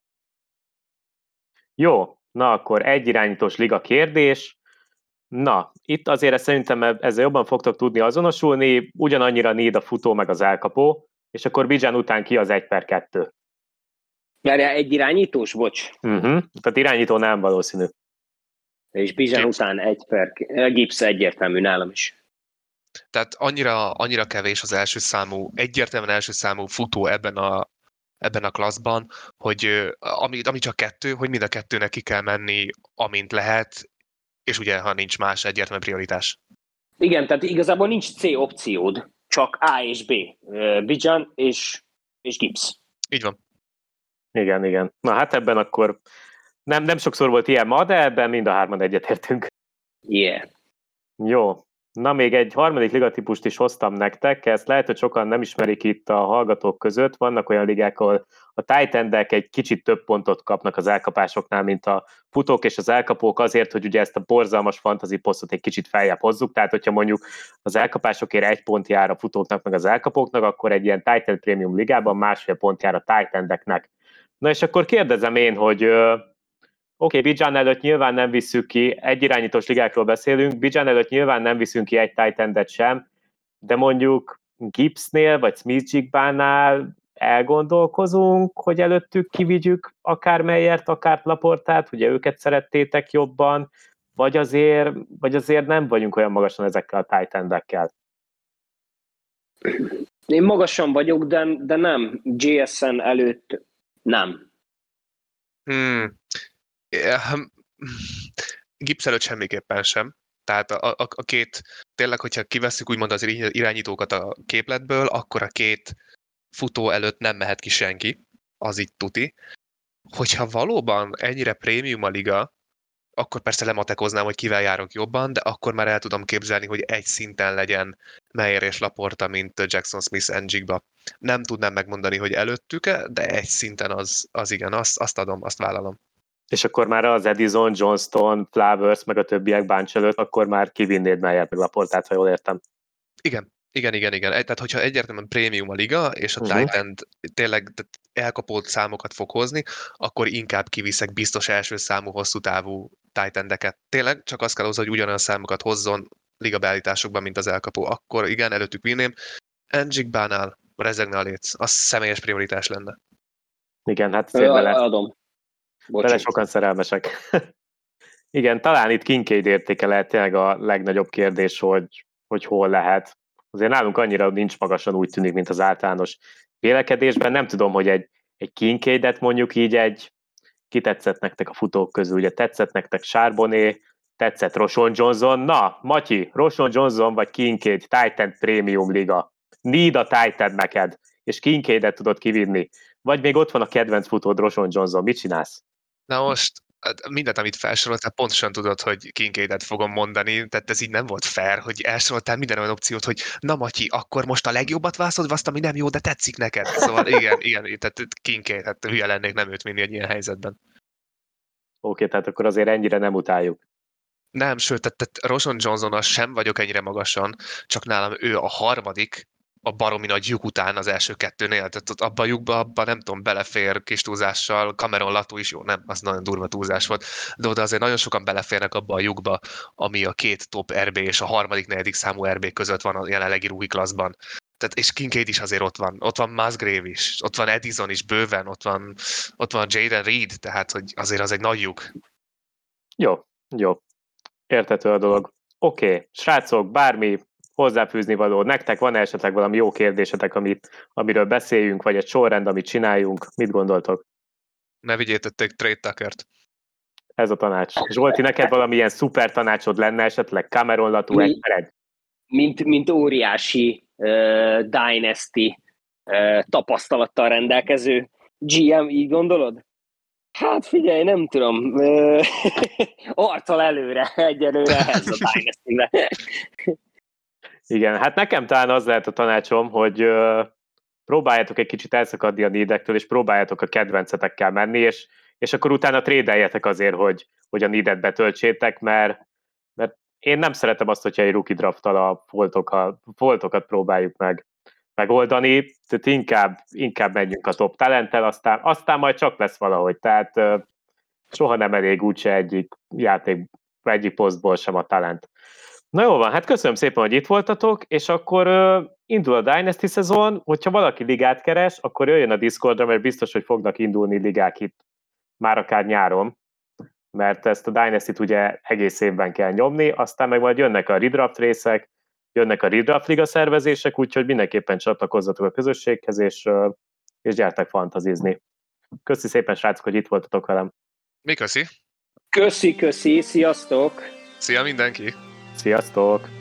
Jó, na akkor egy irányítós liga kérdés. Na, itt azért szerintem ezzel jobban fogtok tudni azonosulni, ugyanannyira need a futó meg az elkapó, és akkor Bijan után ki az egy per kettő. Várjál, egy irányítós, bocs. Uh-huh. Tehát irányító nem valószínű. És Bijan Gibbs. után egy per... Gibbs egyértelmű nálam is. Tehát annyira, annyira kevés az első számú, egyértelműen első számú futó ebben a, ebben a klasszban, hogy ö, ami, ami csak kettő, hogy mind a kettőnek ki kell menni, amint lehet, és ugye, ha nincs más egyértelmű prioritás. Igen, tehát igazából nincs C opciód, csak A és B. Bijan és, és Gibbs. Így van. Igen, igen. Na hát ebben akkor nem, nem sokszor volt ilyen ma, de ebben mind a hárman egyetértünk. Yeah. Jó. Na, még egy harmadik ligatípust is hoztam nektek, ezt lehet, hogy sokan nem ismerik itt a hallgatók között. Vannak olyan ligák, ahol a tight endek egy kicsit több pontot kapnak az elkapásoknál, mint a futók és az elkapók azért, hogy ugye ezt a borzalmas fantasy posztot egy kicsit feljebb hozzuk, tehát hogyha mondjuk az elkapásokért egy pont jár a futóknak meg az elkapóknak, akkor egy ilyen tight end premium ligában másfél pont jár a tight endeknek. Na és akkor kérdezem én, hogy Oké, okay, Bijan előtt nyilván nem visszük ki, egy irányítós ligákról beszélünk, Bijan előtt nyilván nem viszünk ki egy tight endet sem, de mondjuk Gibbsnél vagy Smith-Jigbánál elgondolkozunk, hogy előttük kivigyük akár Meyert, akár Laportát, ugye őket szerettétek jobban, vagy azért, vagy azért nem vagyunk olyan magasan ezekkel a tight endekkel. Én magasan vagyok, de, de nem. jé es en előtt nem. Hmm. Gibbs előtt semmiképpen sem. Tehát a, a, a két, tényleg, hogyha kivesszük úgymond az irányítókat a képletből, akkor a két futó előtt nem mehet ki senki. az így tuti. Hogyha valóban ennyire prémium a liga, akkor persze lematekoznám, hogy kivel járok jobban, de akkor már el tudom képzelni, hogy egy szinten legyen Meyer és Laporta, mint Jackson Smith Njigba. Nem tudnám megmondani, hogy előttük-e, de egy szinten az, az igen, azt, azt adom, azt vállalom. És akkor már az Edison, Johnston, Flowers, meg a többiek Bunch előtt, akkor már kivinnéd Meyert meg Laportát, ha jól értem. Igen, igen, igen, igen. Tehát, hogyha egyértelműen prémium a liga, és a Uh-huh. tight end tényleg elkapott számokat fog hozni, akkor inkább kiviszek biztos első számú, hosszú távú tight endeket. Tényleg csak azt kell hozzá, hogy ugyanolyan számokat hozzon liga beállításokban, mint az elkapó. Akkor igen, előttük vinném. Njigbánál rezegne a léc. Az személyes prioritás lenne. Igen, hát Ö, szép bele, adom. bele sokan szerelmesek. Igen, talán itt Kincaid értéke lehet tényleg a legnagyobb kérdés, hogy, hogy hol lehet. Azért nálunk annyira nincs magasan, úgy tűnik, mint az általános vélekedésben. Nem tudom, hogy egy, egy Kincaidet mondjuk így egy, ki tetszett nektek a futók közül, ugye tetszett nektek Charbonnet, tetszett Roschon Johnson. Na, Matyi, Roschon Johnson vagy Kincaid, Titan Premium Liga. Need a Titan neked, és Kincaidet tudod kivinni. Vagy még ott van a kedvenc futód, Roschon Johnson. Mit csinálsz? Na most mindent, amit felsoroltál, pontosan tudod, hogy Kincaidet fogom mondani, tehát ez így nem volt fair, hogy elsoroltál minden olyan opciót, hogy na Matyi, akkor most a legjobbat választod, vagy azt, ami nem jó, de tetszik neked. Szóval igen, igen, tehát Kincaid, hát hülye lennék nem őt vinni egy ilyen helyzetben. Oké, tehát akkor azért ennyire nem utáljuk. Nem, sőt, tehát, tehát Roschon Johnsonnal sem vagyok ennyire magasan, csak nálam ő a harmadik, a baromi nagy lyuk után az első kettőnél, tehát ott abba a lyukba, abba nem tudom, belefér kis túlzással, Cameron Latu is jó, nem, az nagyon durva túlzás volt, de oda azért nagyon sokan beleférnek abba a lyukba, ami a két top er bé és a harmadik, negyedik számú er bé között van a jelenlegi rookie klasszban. Tehát, és Kincaid is azért ott van, ott van Musgrave is, ott van Edison is bőven, ott van, ott van Jaden Reed, tehát hogy azért az egy nagy lyuk. Jó, jó. Érthető a dolog. Oké, okay. Srácok, bármi hozzáfűzni való. Nektek van esetleg valami jó kérdésetek, amit, amiről beszéljünk, vagy egy sorrend, amit csináljunk? Mit gondoltok? Ne vigyétek Trade Tuckert. Ez a tanács. Zsolti, neked valamilyen szuper tanácsod lenne esetleg? Cameron Latu egy egy? Mint, mint óriási uh, Dynasty uh, tapasztalattal rendelkező gé em, így gondolod? Hát figyelj, nem tudom. Uh, arccal előre egyelőre ehhez a Dynasty-be. Igen, hát nekem talán az lehet a tanácsom, hogy uh, próbáljátok egy kicsit elszakadni a needektől, és próbáljátok a kedvencetekkel menni, és, és akkor utána trédeljetek azért, hogy, hogy a needet betöltsétek, mert, mert én nem szeretem azt, hogyha egy rookie drafttal a foltokat, foltokat próbáljuk meg megoldani, tehát inkább, inkább menjünk a top talenttel, aztán, aztán majd csak lesz valahogy, tehát uh, soha nem elég úgyse egyik játék, egyik posztból sem a talent. Na jó van, hát köszönöm szépen, hogy itt voltatok, és akkor uh, indul a Dynasty szezon, hogyha valaki ligát keres, akkor jöjjön a Discordra, mert biztos, hogy fognak indulni ligák itt már akár nyáron, mert ezt a Dynasty-t ugye egész évben kell nyomni, aztán meg majd jönnek a redraft részek, jönnek a redraft liga szervezések, úgyhogy mindenképpen csatlakozzatok a közösséghez, és, uh, és gyertek fantazizni. Köszi szépen, srácok, hogy itt voltatok velem. Mi köszi? Köszi, köszi, sziasztok! Szia mindenki! Sziasztok!